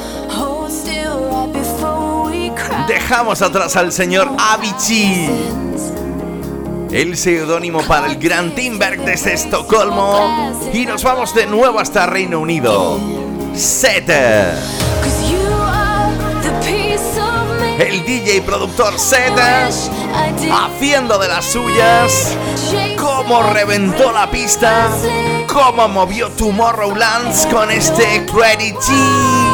Dejamos atrás al señor Avicii, el seudónimo para el Gran Timberg desde Estocolmo. Y nos vamos de nuevo hasta Reino Unido. Zeta. El D J y productor Zeta, haciendo de las suyas. Cómo reventó la pista, cómo movió Tomorrowland con este Credit G.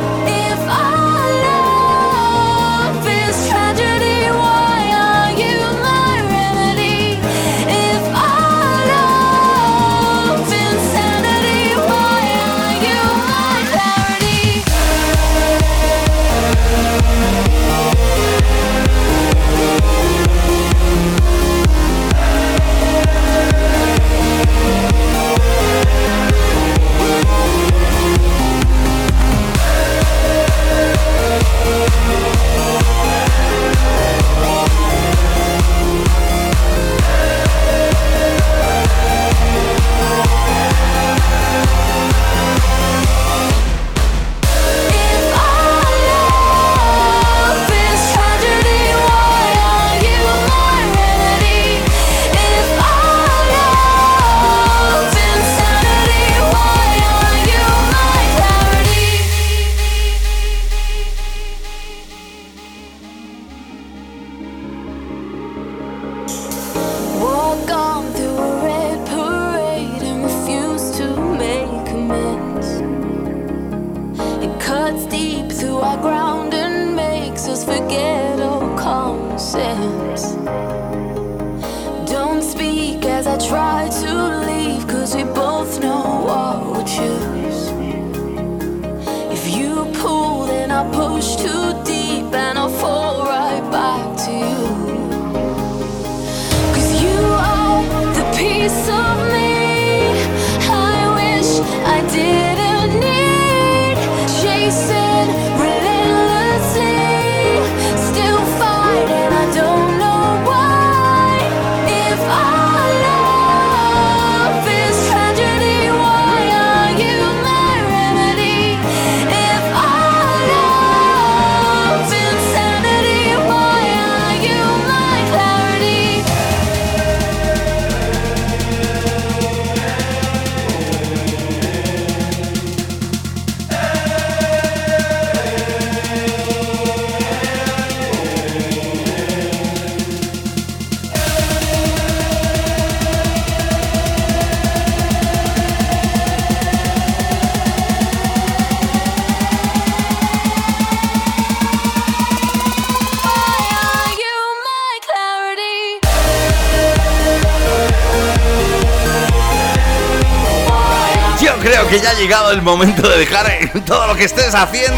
Creo que ya ha llegado el momento de dejar todo lo que estés haciendo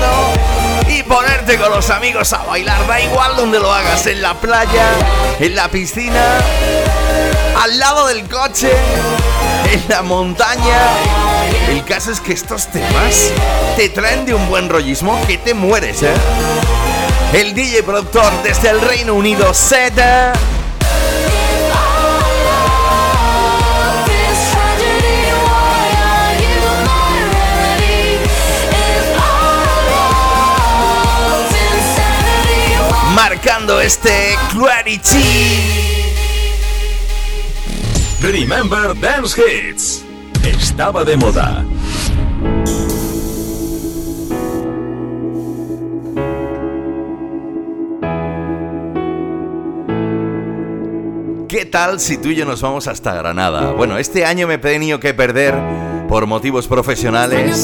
y ponerte con los amigos a bailar. Da igual donde lo hagas, en la playa, en la piscina, al lado del coche, en la montaña. El caso es que estos temas te traen de un buen rollismo que te mueres, ¿eh? El D J productor desde el Reino Unido, Zeta. Marcando este Clarity. Remember Dance Hits. Estaba de moda. ¿Qué tal si tú y yo nos vamos hasta Granada? Bueno, este año me he tenido que perder por motivos profesionales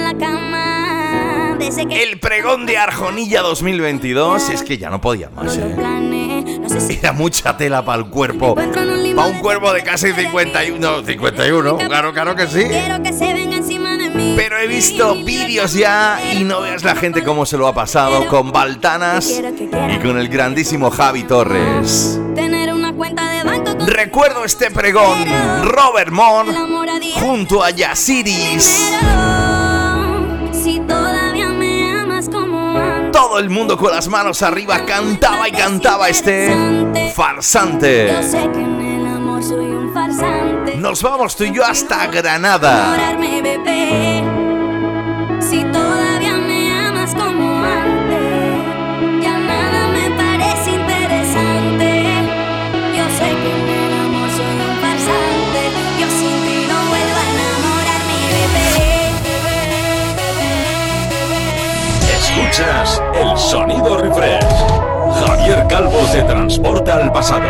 el pregón de Arjonilla dos mil veintidós. Es que ya no podía más, ¿eh? Era mucha tela para el cuerpo. Para un cuerpo de casi cincuenta y uno. cincuenta y uno, claro, claro que sí. Quiero que se venga encima de Pero he visto vídeos ya y no veas la gente cómo se lo ha pasado con Baltanas y con el grandísimo Javi Torres. Tener una cuenta de banco con Recuerdo este pregón, Robert Moore junto a Yasiris. Si todavía me amas como antes. Todo el mundo con las manos arriba cantaba y cantaba este farsante. Yo sé que en el amor soy un farsante. Nos vamos tú y yo hasta Granada. Enamorarme, bebé. Si todavía me amas como antes, ya nada me parece interesante. Yo sé que en el amor soy un farsante. Yo sin ti no vuelvo a enamorarme, bebé. Escuchas el sonido refresh. Javier Calvo te transporta al pasado.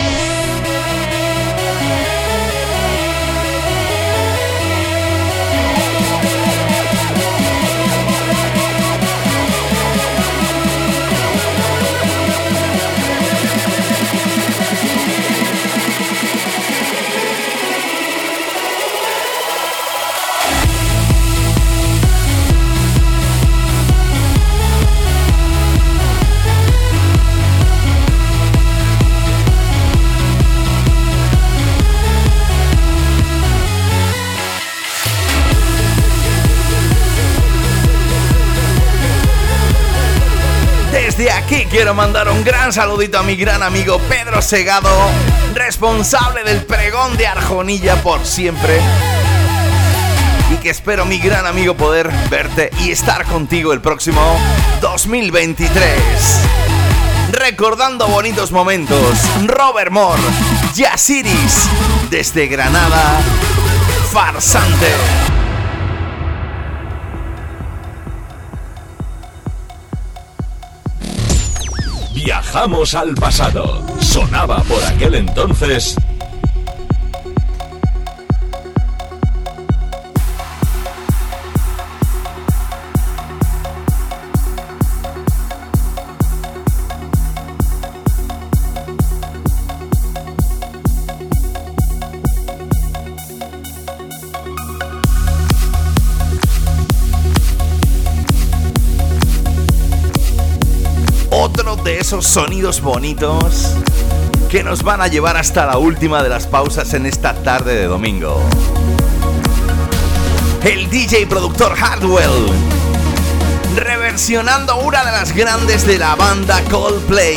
Desde aquí quiero mandar un gran saludito a mi gran amigo Pedro Segado, responsable del pregón de Arjonilla por siempre. Y que espero, mi gran amigo, poder verte y estar contigo el próximo dos mil veintitrés. Recordando bonitos momentos, Robert Moore, Yasiris, desde Granada, farsante. Viajamos al pasado. Sonaba por aquel entonces. Otro de esos sonidos bonitos que nos van a llevar hasta la última de las pausas en esta tarde de domingo. El D J y productor Hardwell reversionando una de las grandes de la banda Coldplay,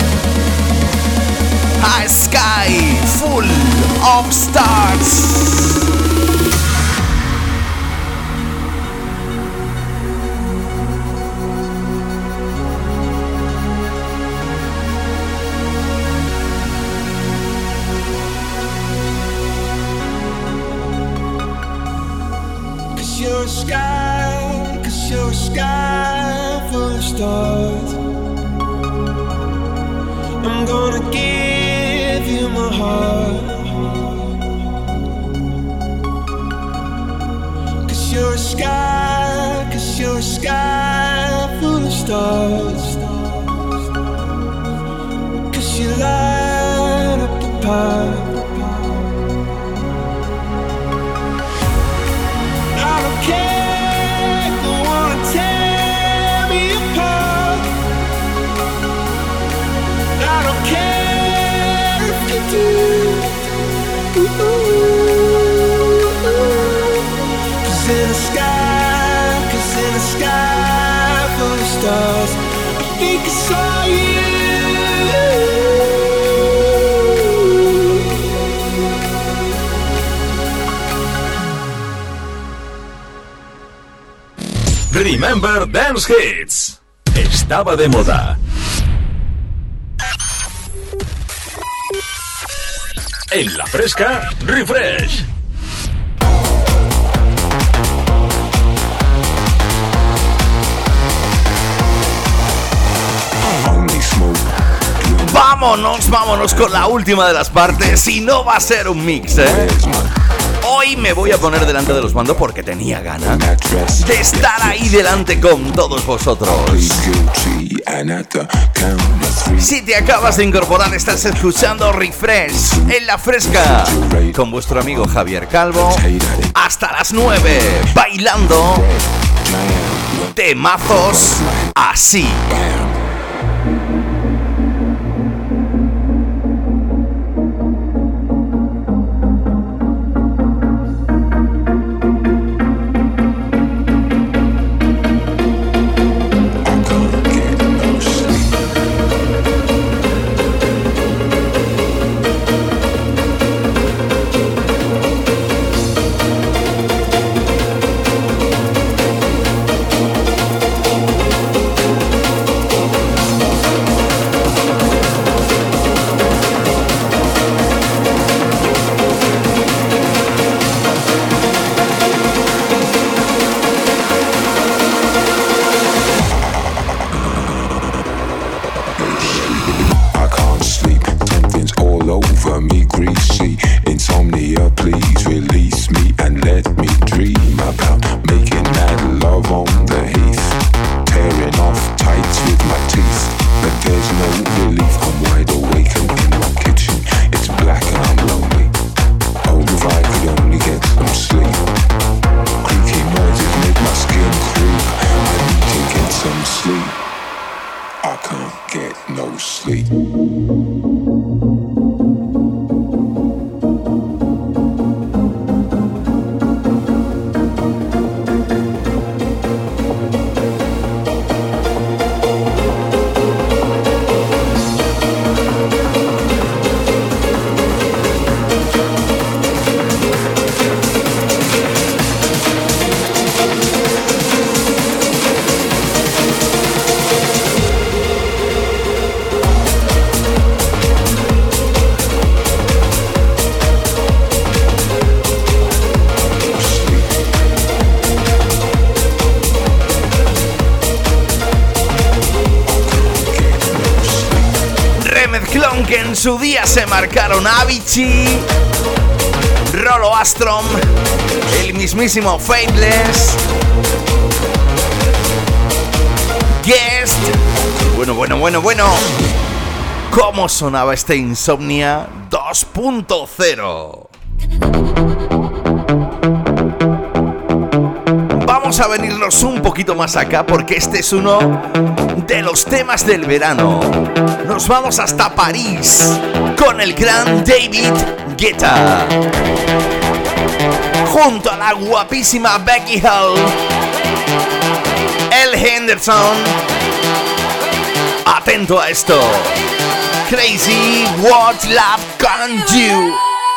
A Sky Full of Stars. You're a sky, cause you're a sky full of stars. I'm gonna give you my heart. Cause you're a sky, cause you're a sky full of stars. Cause you light up the path. I don't care if you wanna tear me apart. I don't care if you do. Cause in the sky, cause in the sky full of stars, I think I saw you. Remember Dance Hits. Estaba de moda. En la fresca, refresh. Vámonos, vámonos con la última de las partes. Y no va a ser un mix, ¿eh? Hoy me voy a poner delante de los mandos porque tenía ganas de estar ahí delante con todos vosotros. Si te acabas de incorporar, estás escuchando Refresh en La Fresca con vuestro amigo Javier Calvo hasta las nueve, bailando temazos así. Que en su día se marcaron Avicii, Rolo Astrom, el mismísimo Faithless, Guest. Bueno, bueno, bueno, bueno. ¿Cómo sonaba este Insomnia dos punto cero? Vamos a venirnos un poquito más acá porque este es uno de los temas del verano. Nos vamos hasta París con el gran David Guetta, junto a la guapísima Becky Hill, El Henderson. Atento a esto. Crazy What Love Can Do.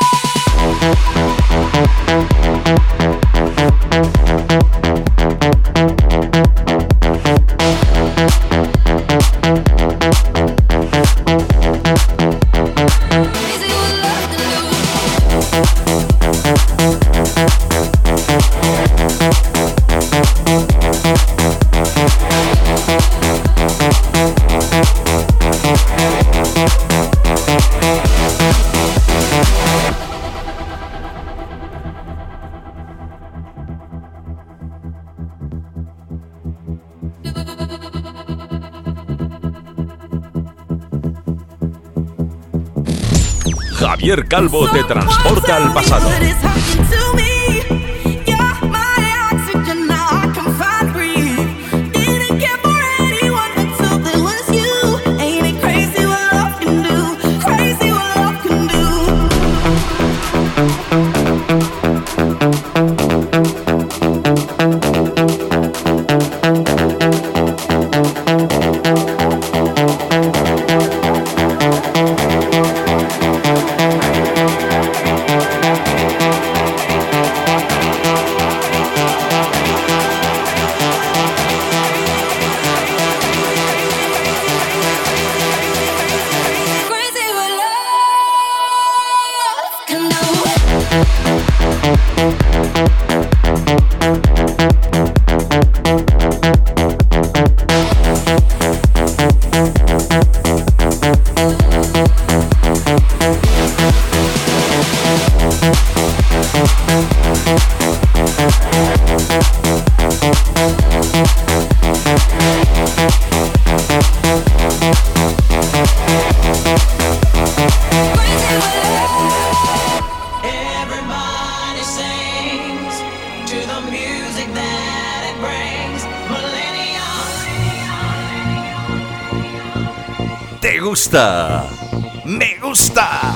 Javier Calvo te transporta al pasado. gusta. Me gusta.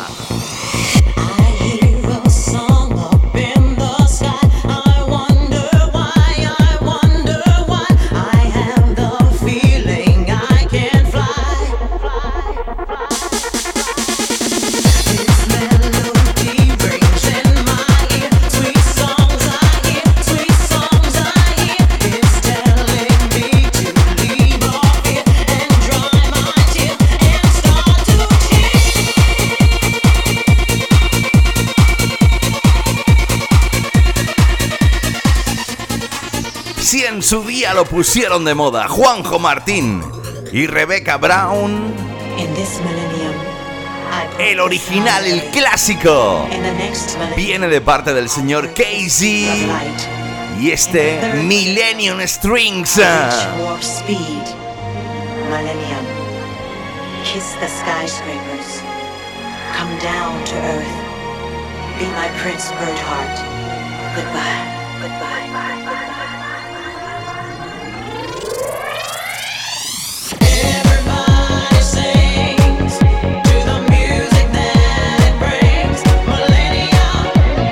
Si en su día lo pusieron de moda Juanjo Martín y Rebecca Brown, el original, el clásico, viene de parte del señor Casey y este Millennium Strings. Millennium. Kiss the skyscrapers. Come down to earth. Be my Prince Birdheart. Goodbye. Goodbye. Goodbye. Everybody sings to the music that it brings. Millennium.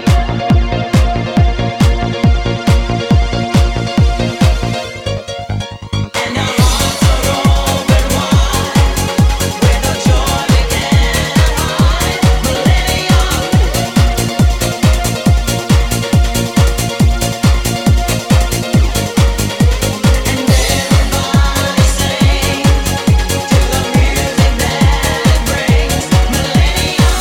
And our hearts are open wide with a joy we cannot hide. Millennium. And everybody sings to the music that it brings. Millennium.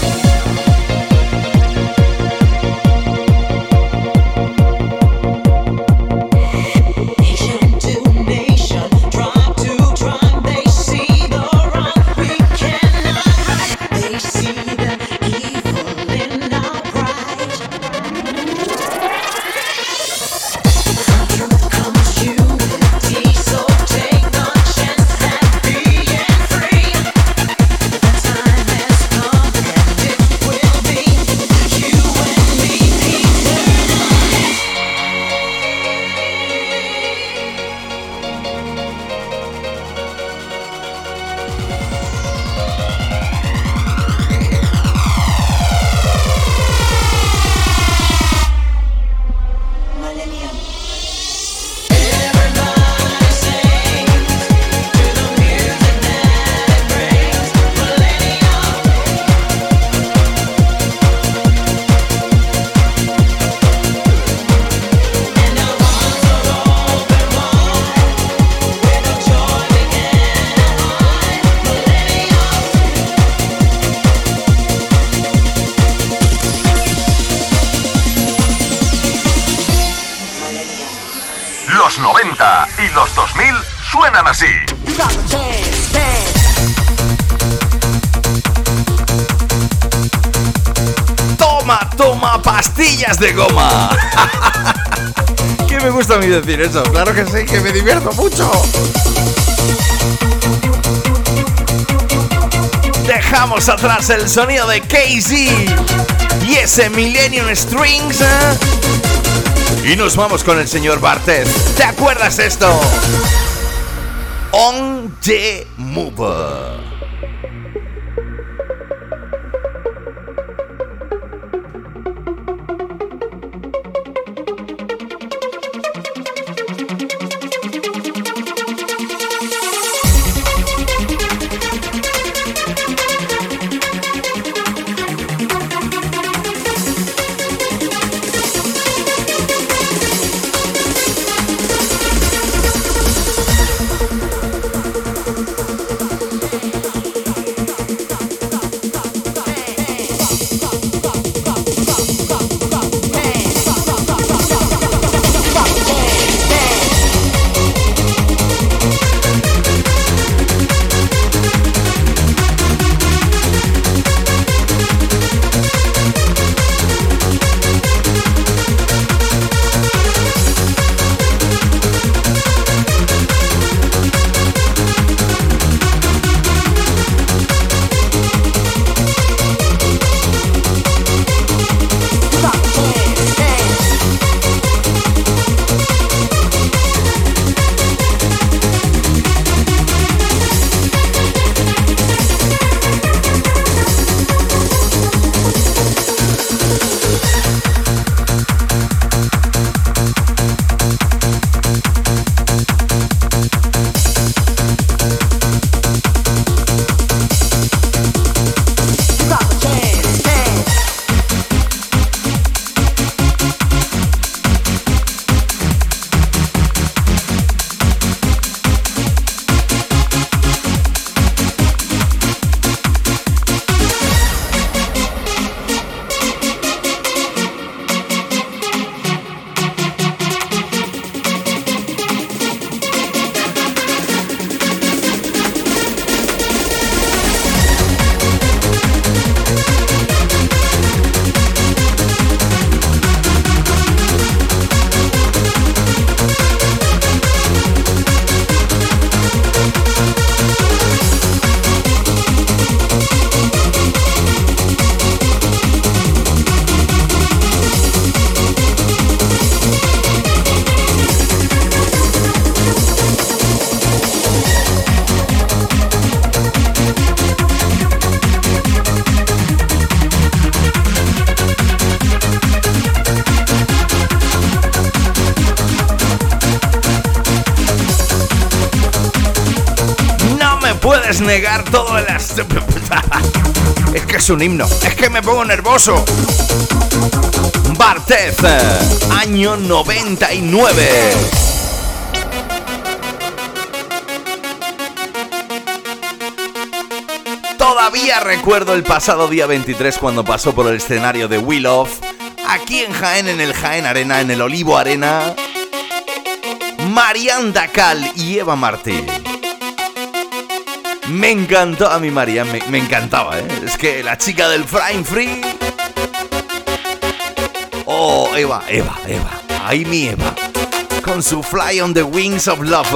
Nation to nation, tribe to tribe, they see the wrong we cannot hide. They see the evil in our pride. From truth comes unity, so take the chance at being free. The time has come and it will be you and me eternally. Millennium. Everybody sings to the music that it brings. Millennium. And our hearts are open wide with a joy we cannot hide. Millennium. Millennium. Los noventa y los dos mil suenan así. Toma, toma, pastillas de goma. ¿Qué me gusta a mí decir eso? Claro que sí, que me divierto mucho. Dejamos atrás el sonido de Casey y ese Millennium Strings, ¿eh? Y nos vamos con el señor Barthez. ¿Te acuerdas esto? On the Move. puedes negar todo el... as- Es que es un himno, es que me pongo nervioso. Barthez, año noventa y nueve. Todavía recuerdo el pasado día veintitrés cuando pasó por el escenario de We Love, aquí en Jaén, en el Jaén Arena, en el Olivo Arena, Marian Dacal y Eva Martí. Me encantó a mi Marian, me, me encantaba, ¿eh? Es que la chica del Flying Free... Oh, Eva, Eva, Eva, ahí mi Eva, con su Fly on the Wings of Love.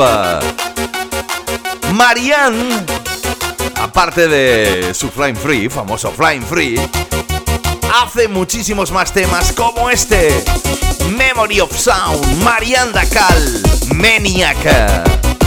Marian, aparte de su Flying Free, famoso Flying Free, hace muchísimos más temas como este, Memory of Sound, Marian Dacal, Maniac.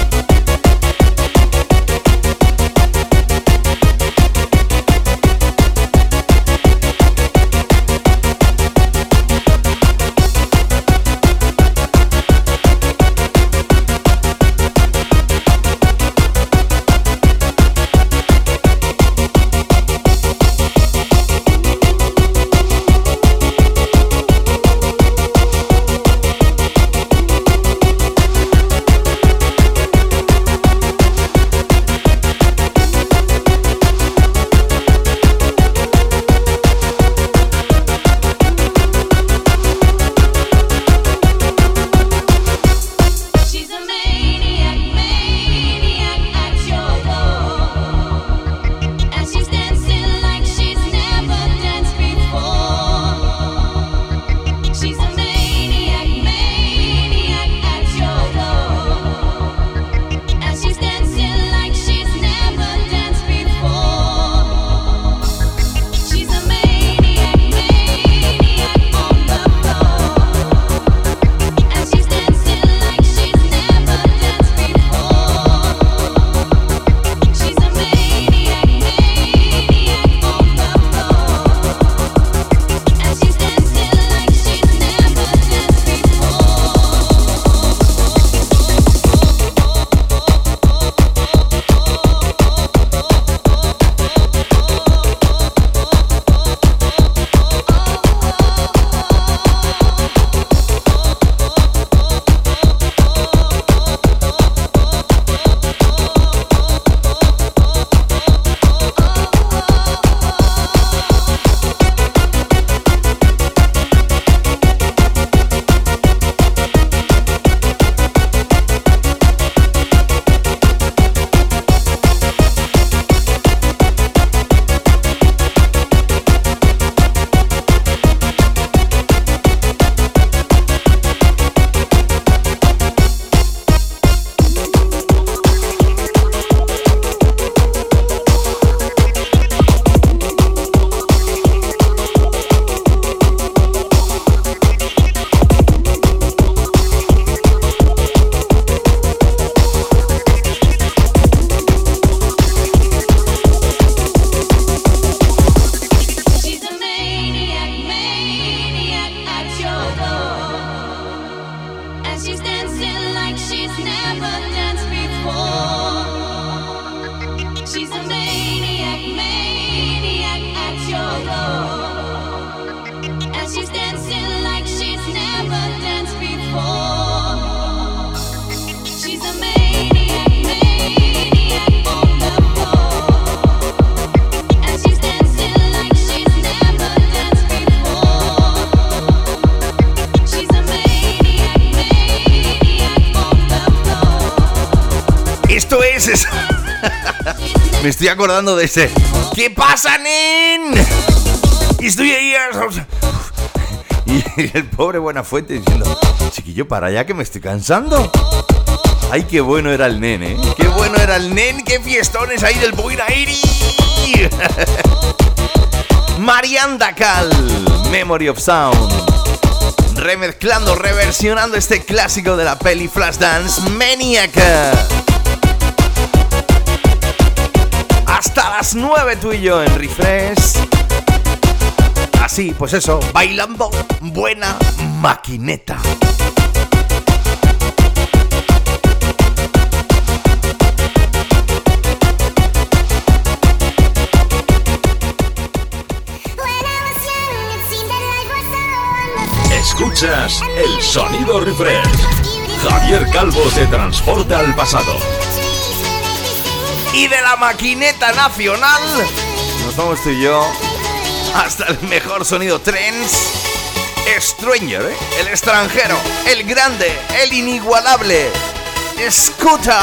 Esto es... es... Me estoy acordando de ese... ¿Qué pasa, nen? Estoy ahí... Y el pobre Buenafuente diciendo... Chiquillo, para allá que me estoy cansando. Ay, qué bueno era el nen, ¿eh? Qué bueno era el nen, qué fiestones ahí del Buena Airi. Marian Dacal, Memory of Sound. Remezclando, reversionando este clásico de la peli Flashdance, Maniac. Hasta las nueve tú y yo en Refresh. Así, pues eso, bailando buena maquineta. Escuchas el sonido refresh. Javier Calvo te transporta al pasado. Y de la maquineta nacional nos vamos tú y yo hasta el mejor sonido trance. Stranger, ¿eh? El extranjero, el grande, el inigualable. Escucha.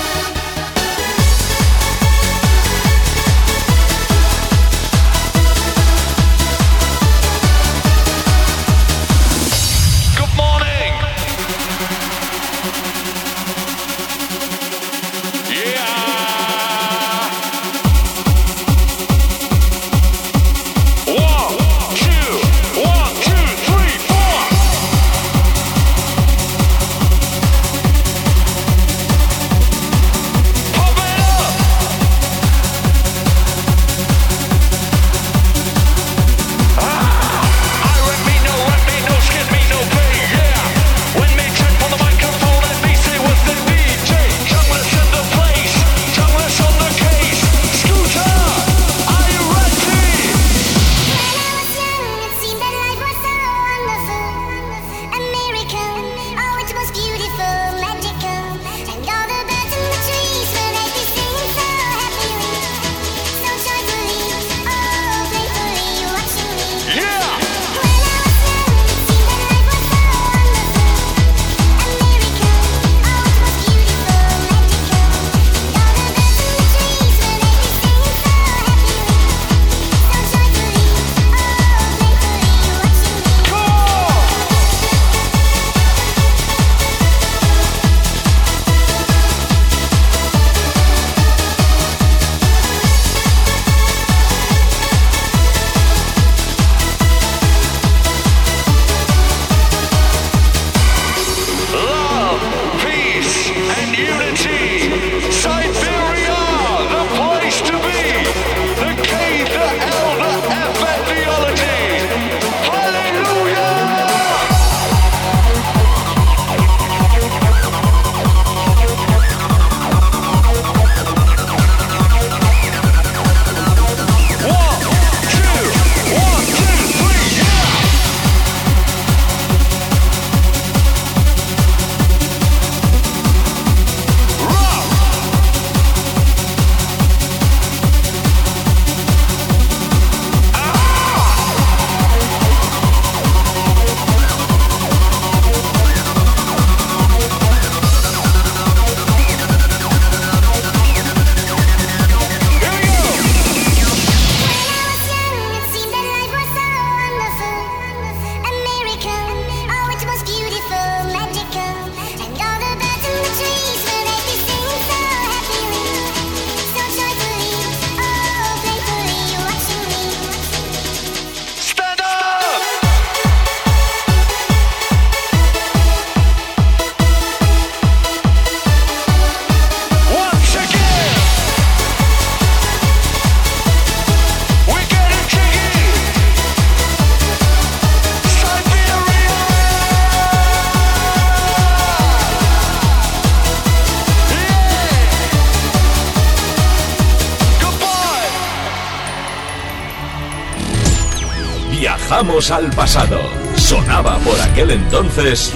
Viajamos al pasado. Sonaba por aquel entonces.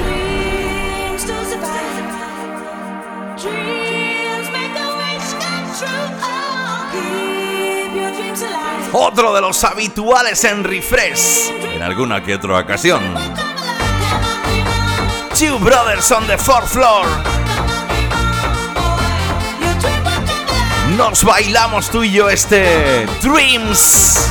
Otro de los habituales en Refresh, en alguna que otra ocasión. Two Brothers on the Fourth Floor. Nos bailamos tú y yo este Dreams.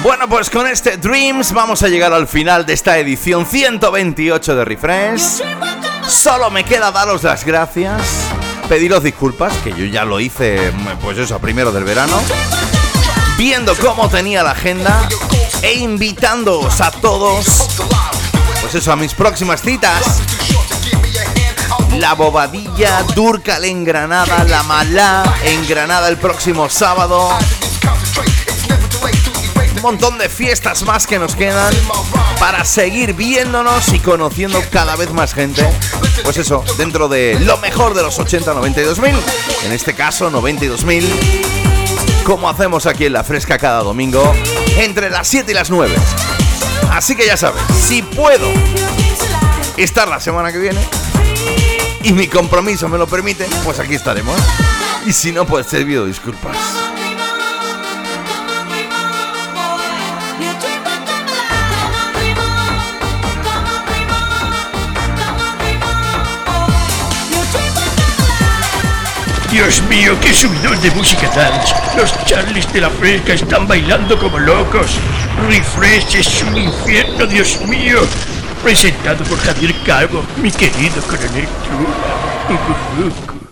Bueno, pues con este Dreams vamos a llegar al final de esta edición ciento veintiocho de Refresh. Solo me queda daros las gracias, pediros disculpas, que yo ya lo hice, pues eso, a primero del verano, viendo cómo tenía la agenda e invitándoos a todos, pues eso, a mis próximas citas. La Bobadilla, Durcal en Granada, La Malá en Granada el próximo sábado. Un montón de fiestas más que nos quedan para seguir viéndonos y conociendo cada vez más gente. Pues eso, dentro de lo mejor de los ochenta, noventa y dos mil. En este caso, noventa y dos mil. Como hacemos aquí en La Fresca cada domingo, entre las siete y las nueve. Así que ya sabes, si puedo estar la semana que viene y mi compromiso me lo permite, pues aquí estaremos. Y si no, pues te pido disculpas. Dios mío, qué subidón de música dance. Los Charlies de La Fresca están bailando como locos. Refresh es un infierno, Dios mío. Presentado por Javier Calvo, mi querido coronel Chula.